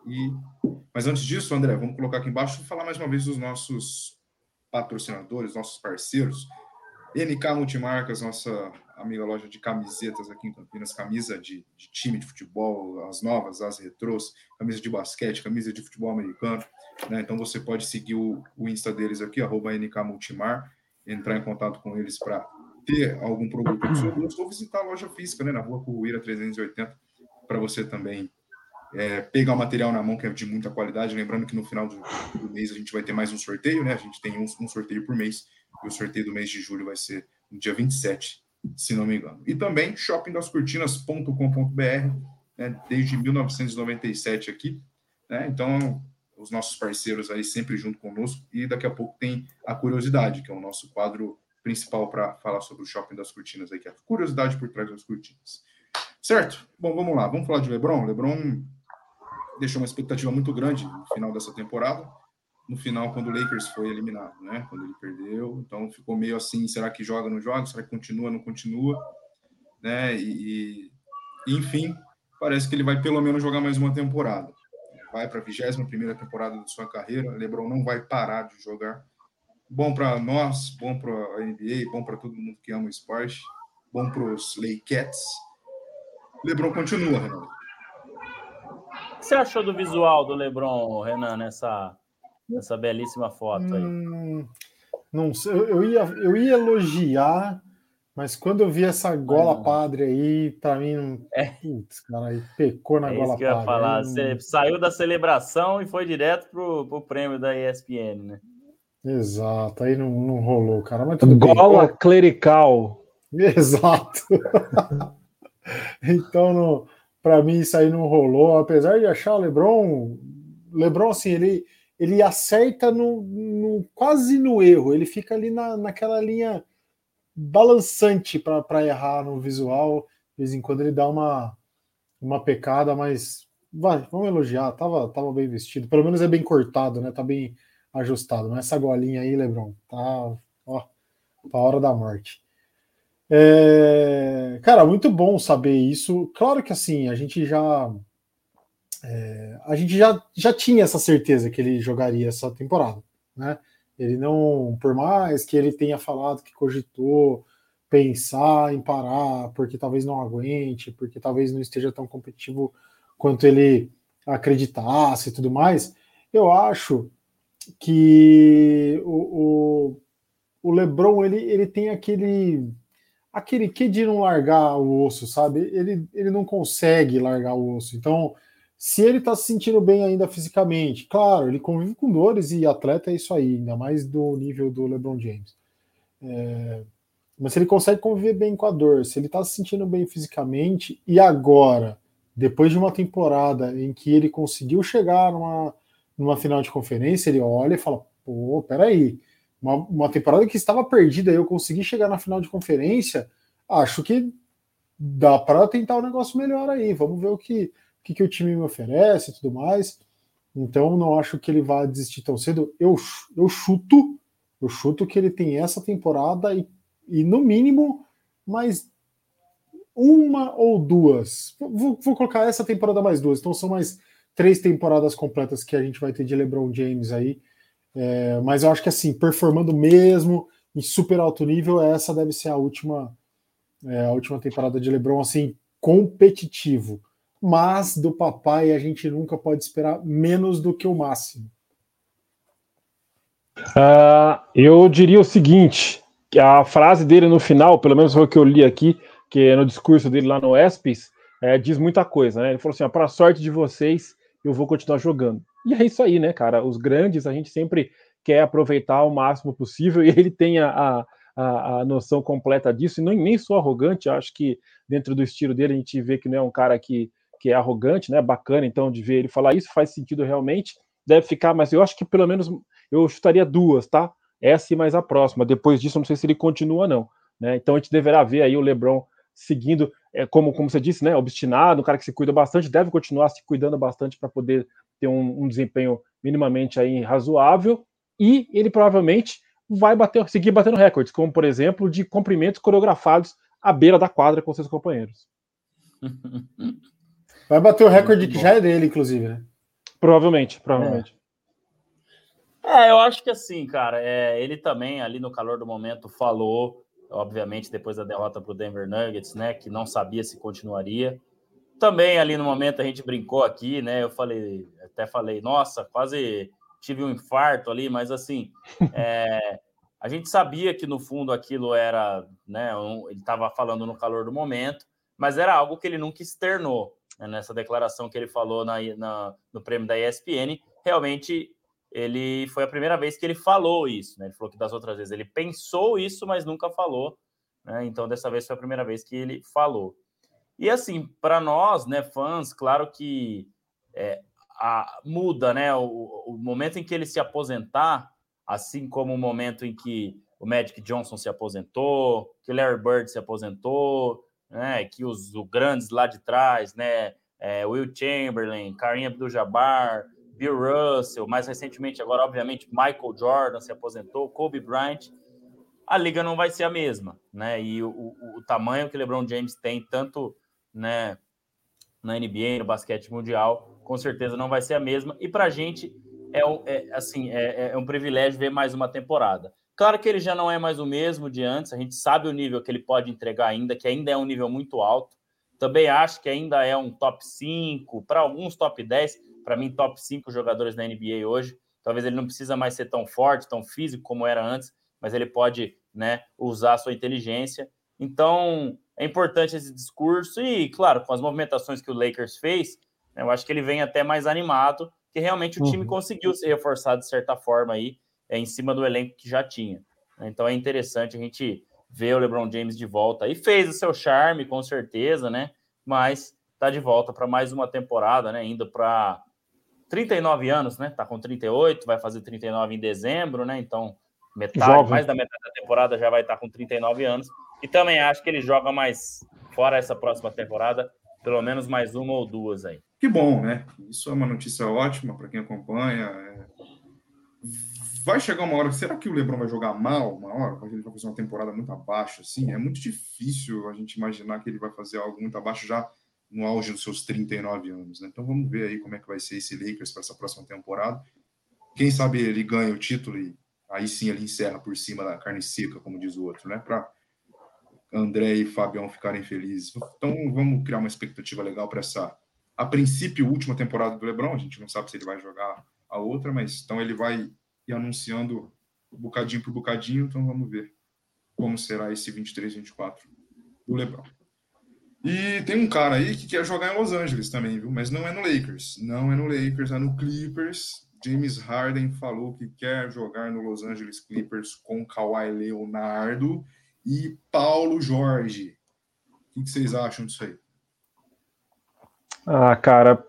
Mas antes disso, André, vamos colocar aqui embaixo e falar mais uma vez dos nossos patrocinadores, nossos parceiros. NK Multimarcas, nossa amiga loja de camisetas aqui em Campinas, camisa de time de futebol, as novas, as retrôs, camisa de basquete, camisa de futebol americano, né? Então você pode seguir o Insta deles aqui, @NK Multimar, entrar em contato com eles para ter algum produto do seu gosto ou visitar a loja física, né, na rua Curuíra 380, para você também pegar o material na mão, que é de muita qualidade. Lembrando que no final do mês a gente vai ter mais um sorteio, né? A gente tem um sorteio por mês, e o sorteio do mês de julho vai ser no dia 27, se não me engano. E também shoppingdascortinas.com.br, né? Desde 1997 aqui, né? Então, os nossos parceiros aí sempre junto conosco, e daqui a pouco tem a curiosidade, que é o nosso quadro principal para falar sobre o Shopping das Cortinas aí, que é a curiosidade por trás das cortinas. Certo? Bom, vamos lá. Vamos falar de LeBron. LeBron deixou uma expectativa muito grande no final dessa temporada. No final, quando o Lakers foi eliminado, né? Quando ele perdeu. Então, ficou meio assim, será que joga, não joga? Será que continua, não continua? Né? Enfim, parece que ele vai pelo menos jogar mais uma temporada. Vai para a 21ª temporada da sua carreira. LeBron não vai parar de jogar. Bom para nós, bom para a NBA, bom para todo mundo que ama o esporte, bom para os Lakers. LeBron continua, Renan. O que você achou do visual do LeBron, Renan, nessa belíssima foto aí? Não sei, eu ia elogiar, mas quando eu vi essa gola padre aí, para mim, putz, cara, aí pecou na gola padre. É isso que eu ia falar. Você saiu da celebração e foi direto pro prêmio da ESPN, né? Exato, aí não rolou, cara. Mas tudo gola bem. Clerical. Exato. Então, para mim, isso aí não rolou. Apesar de achar o LeBron assim, ele acerta quase no erro. Ele fica ali naquela linha balançante para errar no visual. De vez em quando ele dá uma pecada, mas vamos elogiar. Tava bem vestido. Pelo menos é bem cortado, né? Tá bem ajustado. Mas essa golinha aí, LeBron, tá pra hora da morte. Cara, muito bom saber isso. Claro que assim, a gente já tinha essa certeza que ele jogaria essa temporada, né? Ele não, por mais que ele tenha falado que cogitou pensar em parar, porque talvez não aguente, porque talvez não esteja tão competitivo quanto ele acreditasse e tudo mais, eu acho que o LeBron ele tem aquele que de não largar o osso, sabe? Ele não consegue largar o osso. Então, se ele tá se sentindo bem ainda fisicamente, claro, ele convive com dores e atleta é isso aí, ainda mais do nível do LeBron James. Mas se ele consegue conviver bem com a dor, se ele tá se sentindo bem fisicamente, e agora, depois de uma temporada em que ele conseguiu chegar numa final de conferência, ele olha e fala, pô, peraí, uma temporada que estava perdida, eu consegui chegar na final de conferência, acho que dá para tentar um negócio melhor aí, vamos ver o que o time me oferece e tudo mais. Então não acho que ele vá desistir tão cedo. Eu chuto que ele tem essa temporada e no mínimo mais uma ou duas. Vou colocar essa temporada mais duas. Então são mais 3 temporadas completas que a gente vai ter de LeBron James aí. Mas eu acho que assim, performando mesmo em super alto nível, essa deve ser a última temporada de LeBron, assim, competitivo. Mas do papai a gente nunca pode esperar menos do que o máximo. Eu diria o seguinte, que a frase dele no final, pelo menos foi o que eu li aqui, que é no discurso dele lá no ESPYs, diz muita coisa, né? Ele falou assim, para a sorte de vocês, eu vou continuar jogando. E é isso aí, né, cara? Os grandes, a gente sempre quer aproveitar o máximo possível, e ele tem a noção completa disso, e nem sou arrogante, acho que dentro do estilo dele a gente vê que não é um cara que é arrogante, né? Bacana, então, de ver ele falar isso, faz sentido realmente, deve ficar, mas eu acho que pelo menos eu chutaria 2, tá? Essa e mais a próxima. Depois disso, eu não sei se ele continua, não. Né? Então a gente deverá ver aí o LeBron seguindo, como você disse, né? Obstinado, um cara que se cuida bastante, deve continuar se cuidando bastante para poder ter um desempenho minimamente aí razoável. E ele provavelmente vai seguir batendo recordes, como por exemplo, de cumprimentos coreografados à beira da quadra com seus companheiros. Vai bater o recorde que já é dele, inclusive, né? Provavelmente. Eu acho que assim, cara, ele também ali no calor do momento falou, obviamente depois da derrota para o Denver Nuggets, né, que não sabia se continuaria. Também ali no momento a gente brincou aqui, né, até falei, nossa, quase tive um infarto ali, mas assim, a gente sabia que no fundo aquilo era, né, ele estava falando no calor do momento, mas era algo que ele nunca externou, né, nessa declaração que ele falou no prêmio da ESPN, realmente foi a primeira vez que ele falou isso, né? Ele falou que das outras vezes ele pensou isso, mas nunca falou, né? Então dessa vez foi a primeira vez que ele falou. E assim, para nós, né, fãs, claro que muda, né? O momento em que ele se aposentar, assim como o momento em que o Magic Johnson se aposentou, que o Larry Bird se aposentou, né? Que os grandes lá de trás, né? Will Chamberlain, Kareem Abdul-Jabbar, Bill Russell, mais recentemente agora, obviamente, Michael Jordan se aposentou, Kobe Bryant, a liga não vai ser a mesma, né? E o tamanho que o LeBron James tem, tanto, né, na NBA, no basquete mundial, com certeza não vai ser a mesma. E para a gente é um privilégio ver mais uma temporada. Claro que ele já não é mais o mesmo de antes, a gente sabe o nível que ele pode entregar ainda, que ainda é um nível muito alto. Também acho que ainda é um top 5, para alguns top 10, para mim, top 5 jogadores da NBA hoje. Talvez ele não precisa mais ser tão forte, tão físico como era antes, mas ele pode, né, usar a sua inteligência. Então, é importante esse discurso e, claro, com as movimentações que o Lakers fez, né, eu acho que ele vem até mais animado, que realmente o time conseguiu se reforçar de certa forma aí, em cima do elenco que já tinha. Então, é interessante a gente ver o LeBron James de volta. E fez o seu charme, com certeza, né? Mas tá de volta para mais uma temporada, né? Indo para 39 anos, né? Tá com 38, vai fazer 39 em dezembro, né? Então, mais da metade da temporada já vai estar com 39 anos. E também acho que ele joga mais, fora essa próxima temporada, pelo menos mais uma ou duas aí. Que bom, né? Isso é uma notícia ótima para quem acompanha. Vai chegar uma hora, será que o LeBron vai jogar mal uma hora? Ele vai fazer uma temporada muito abaixo, assim? É muito difícil a gente imaginar que ele vai fazer algo muito abaixo já no auge dos seus 39 anos, né? Então vamos ver aí como é que vai ser esse Lakers para essa próxima temporada. Quem sabe ele ganha o título e aí sim ele encerra por cima da carne seca, como diz o outro, né? Para André e Fabião ficarem felizes. Então vamos criar uma expectativa legal para essa, a princípio, última temporada do LeBron. A gente não sabe se ele vai jogar a outra, mas então ele vai ir anunciando bocadinho por bocadinho. Então vamos ver como será esse 23-24 do LeBron. E tem um cara aí que quer jogar em Los Angeles também, viu? Mas não é no Lakers. Não é no Lakers, é no Clippers. James Harden falou que quer jogar no Los Angeles Clippers com Kawhi Leonardo e Paulo Jorge. O que vocês acham disso aí? Ah, cara,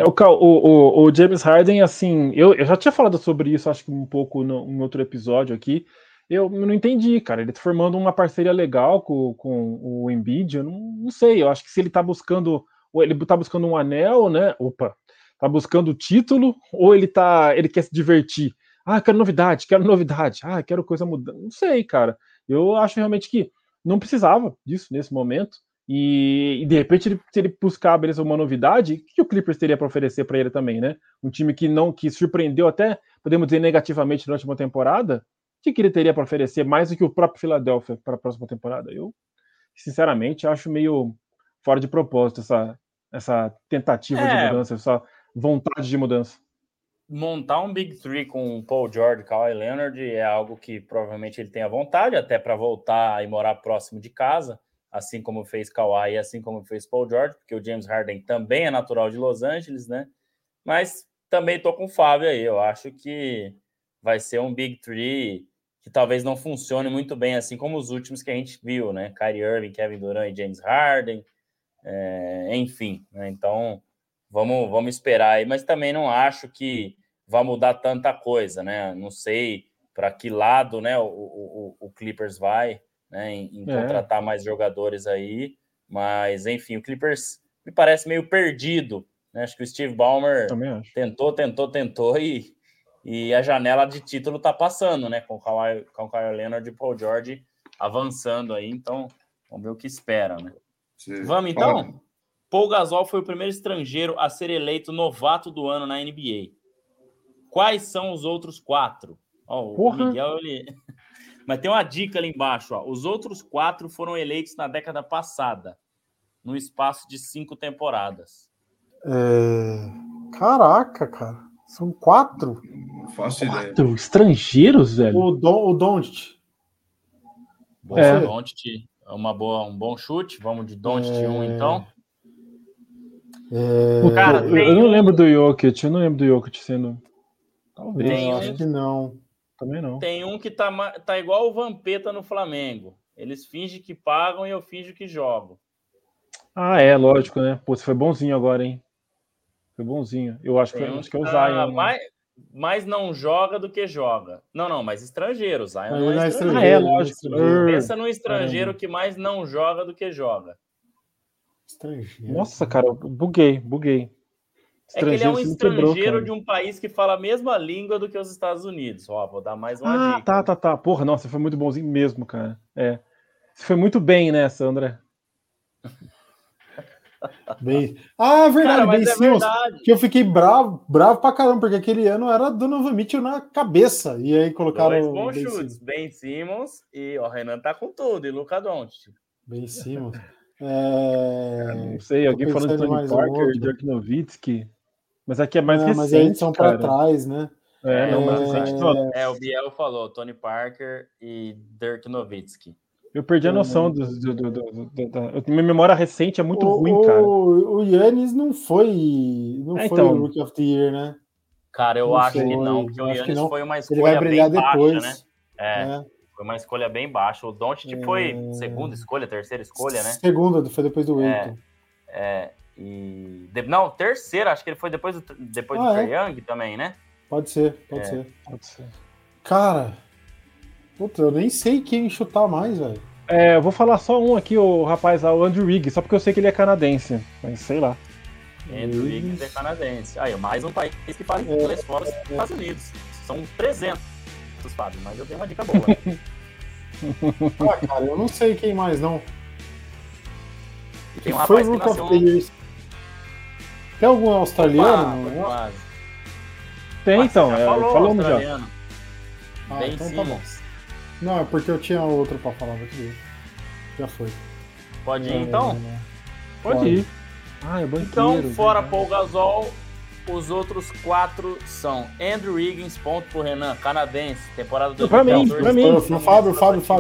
o James Harden, assim, eu já tinha falado sobre isso, acho que um pouco em outro episódio aqui. Eu não entendi, cara. Ele tá formando uma parceria legal com o Embiid. Eu não sei. Eu acho que se ele tá buscando, ou ele tá buscando um anel, né? Tá buscando o título, ou ele quer se divertir. Ah, quero novidade. Ah, quero coisa mudando. Não sei, cara. Eu acho realmente que não precisava disso nesse momento. E de repente, se ele buscar, beleza, uma novidade, o que o Clippers teria para oferecer para ele também, né? Um time que surpreendeu até, podemos dizer, negativamente na última temporada. O que ele teria para oferecer mais do que o próprio Philadelphia para a próxima temporada? Eu, sinceramente, acho meio fora de propósito essa tentativa de mudança, essa vontade de mudança. Montar um Big Three com Paul George e Kawhi Leonard é algo que provavelmente ele tem a vontade, até para voltar e morar próximo de casa, assim como fez Kawhi e assim como fez Paul George, porque o James Harden também é natural de Los Angeles, né? Mas também tô com o Fábio aí, eu acho que vai ser um Big Three que talvez não funcione muito bem, assim como os últimos que a gente viu, né? Kyrie Irving, Kevin Durant e James Harden, enfim, né? Então vamos esperar aí, mas também não acho que vai mudar tanta coisa, né? Não sei para que lado, né, o Clippers vai, né, em contratar mais jogadores aí, mas enfim, o Clippers me parece meio perdido, né? Acho que o Steve Ballmer tentou e a janela de título tá passando, né? Com o Kawhi Leonard e Paul George avançando aí, então vamos ver o que espera, né? Vamos então? Paul Gasol foi o primeiro estrangeiro a ser eleito novato do ano na NBA. Quais são os outros 4? O Miguel, mas tem uma dica ali embaixo. Os outros 4 foram eleitos na década passada, no espaço de 5 temporadas. Caraca, cara. São 4? Não faço ideia. Estrangeiros, velho? O Doncic. Doncic é um bom chute. Vamos de Doncic 1, então. Cara, eu não lembro do Jokic. Sendo... Talvez. Acho que não. Também não. Tem um que tá igual o Vampeta no Flamengo. Eles fingem que pagam e eu finjo que jogo. Ah, lógico, né? Pô, você foi bonzinho agora, hein? Foi bonzinho. Eu acho que é o Zion. Mais não joga do que joga. Não, mas estrangeiro. Zion não é estrangeiro. Ah, lógico. Pensa no estrangeiro que mais não joga do que joga. Estrangeiro. Nossa, cara, eu buguei. É que ele é um estrangeiro de um país que fala a mesma língua do que os Estados Unidos. Vou dar mais uma dica. Tá. Porra, nossa, você foi muito bonzinho mesmo, cara. Você foi muito bem nessa, André. Verdade, cara, Ben Simmons. Que eu fiquei bravo pra caramba, porque aquele ano era Donovan Mitchell na cabeça. E aí colocaram. 2 bons chutes, Ben Simmons e o Renan tá com tudo, e Luka Doncic. Ben Simmons. Não sei, alguém falando de Tony Parker, Dirk Nowitzki. Mas aqui é mais recente, mas aí são para trás, né? O Biel falou Tony Parker e Dirk Nowitzki. Eu perdi a noção minha memória recente é muito ruim, cara. O Giannis não foi o Rookie of the Year, né? Cara, eu acho que não, porque o Giannis foi uma escolha bem baixa, né? Foi uma escolha bem baixa. O Doncic foi segunda escolha, terceira escolha, né? Segunda, foi depois do Aiton. Terceira, acho que ele foi depois do Trae Young também, né? Pode ser. Cara, Puta, eu nem sei quem chutar mais, velho. Eu vou falar só um aqui, o rapaz, o Andrew Wiggins, só porque eu sei que ele é canadense, mas sei lá. Andrew Wiggins é canadense. Aí, mais um país que fala inglês fora dos Estados Unidos. São 300, Fábio, mas eu tenho uma dica boa. Cara, eu não sei quem mais, não. E tem um rapaz que nasceu Tem algum australiano? Tem, então. Falamos já. Ben então Simmons. tá bom. Não, é porque eu tinha outro pra falar, mas tudo bem. Já foi. Pode ir, então? Pode ir. É banqueiro. Então, fora Paul Gasol, os outros 4 são Andrew Wiggins, ponto pro Renan, canadense, temporada 2014. Pra mim. Fábio.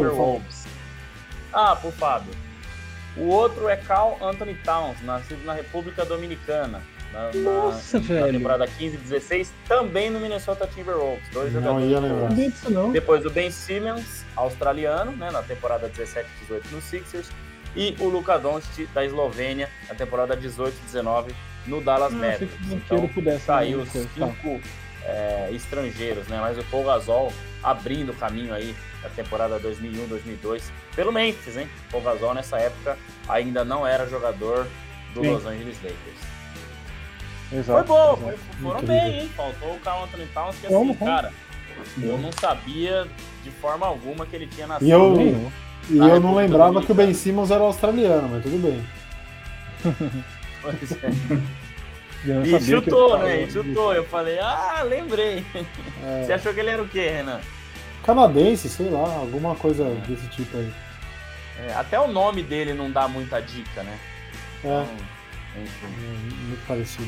Pro Fábio. O outro é Karl Anthony Towns, nascido na República Dominicana. Nossa, na velho. temporada 15-16, também no Minnesota Timberwolves. 2 jogadores. Ia lembrar. Depois o Ben Simmons, australiano, né, na temporada 17-18 no Sixers. E o Luka Doncic, da Eslovênia, na temporada 18-19 no Dallas Mavericks. Então, tá aí os 5 estrangeiros, né? Mas o Paul Gasol abrindo o caminho aí da temporada 2001-2002 pelo Memphis, hein? O Paul Gasol nessa época ainda não era jogador do Los Angeles Lakers. Exato, foi bom, foram bem, hein? Faltou o Karl Anthony Towns, que assim, cara, eu não sabia de forma alguma que ele tinha nascido. E eu não lembrava que o Ben Simmons era australiano, mas tudo bem. Pois é. E chutou, né? Eu falei, lembrei. Você achou que ele era o quê, Renan? Canadense, sei lá, alguma coisa desse tipo aí. Até o nome dele não dá muita dica, né? Então, enfim. Muito parecido.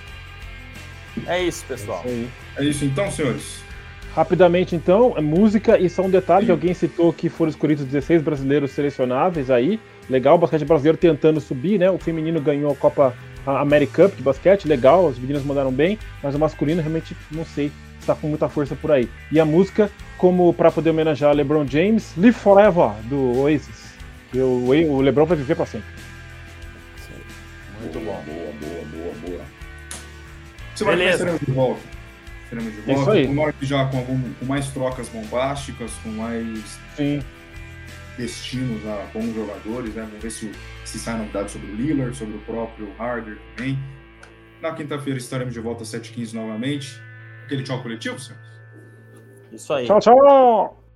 É isso, pessoal. É isso então, senhores. Rapidamente, então, música e só um detalhe que alguém citou que foram escolhidos 16 brasileiros selecionáveis aí. Legal, o basquete brasileiro tentando subir, né? O feminino ganhou a Copa American Cup de basquete, legal, os meninos mandaram bem, mas o masculino realmente não sei se está com muita força por aí. E a música, como para poder homenagear LeBron James, Live Forever, do Oasis. Que o LeBron vai viver para sempre. Muito bom. Boa. Semana que seremos de volta. Isso aí. Uma hora que já com mais trocas bombásticas, com mais destinos a bons jogadores, né? Vamos ver se sai novidade sobre o Lillard, sobre o próprio Harder também. Na quinta-feira estaremos de volta às 7h15 novamente. Aquele tchau coletivo, senhores? Isso aí. Tchau.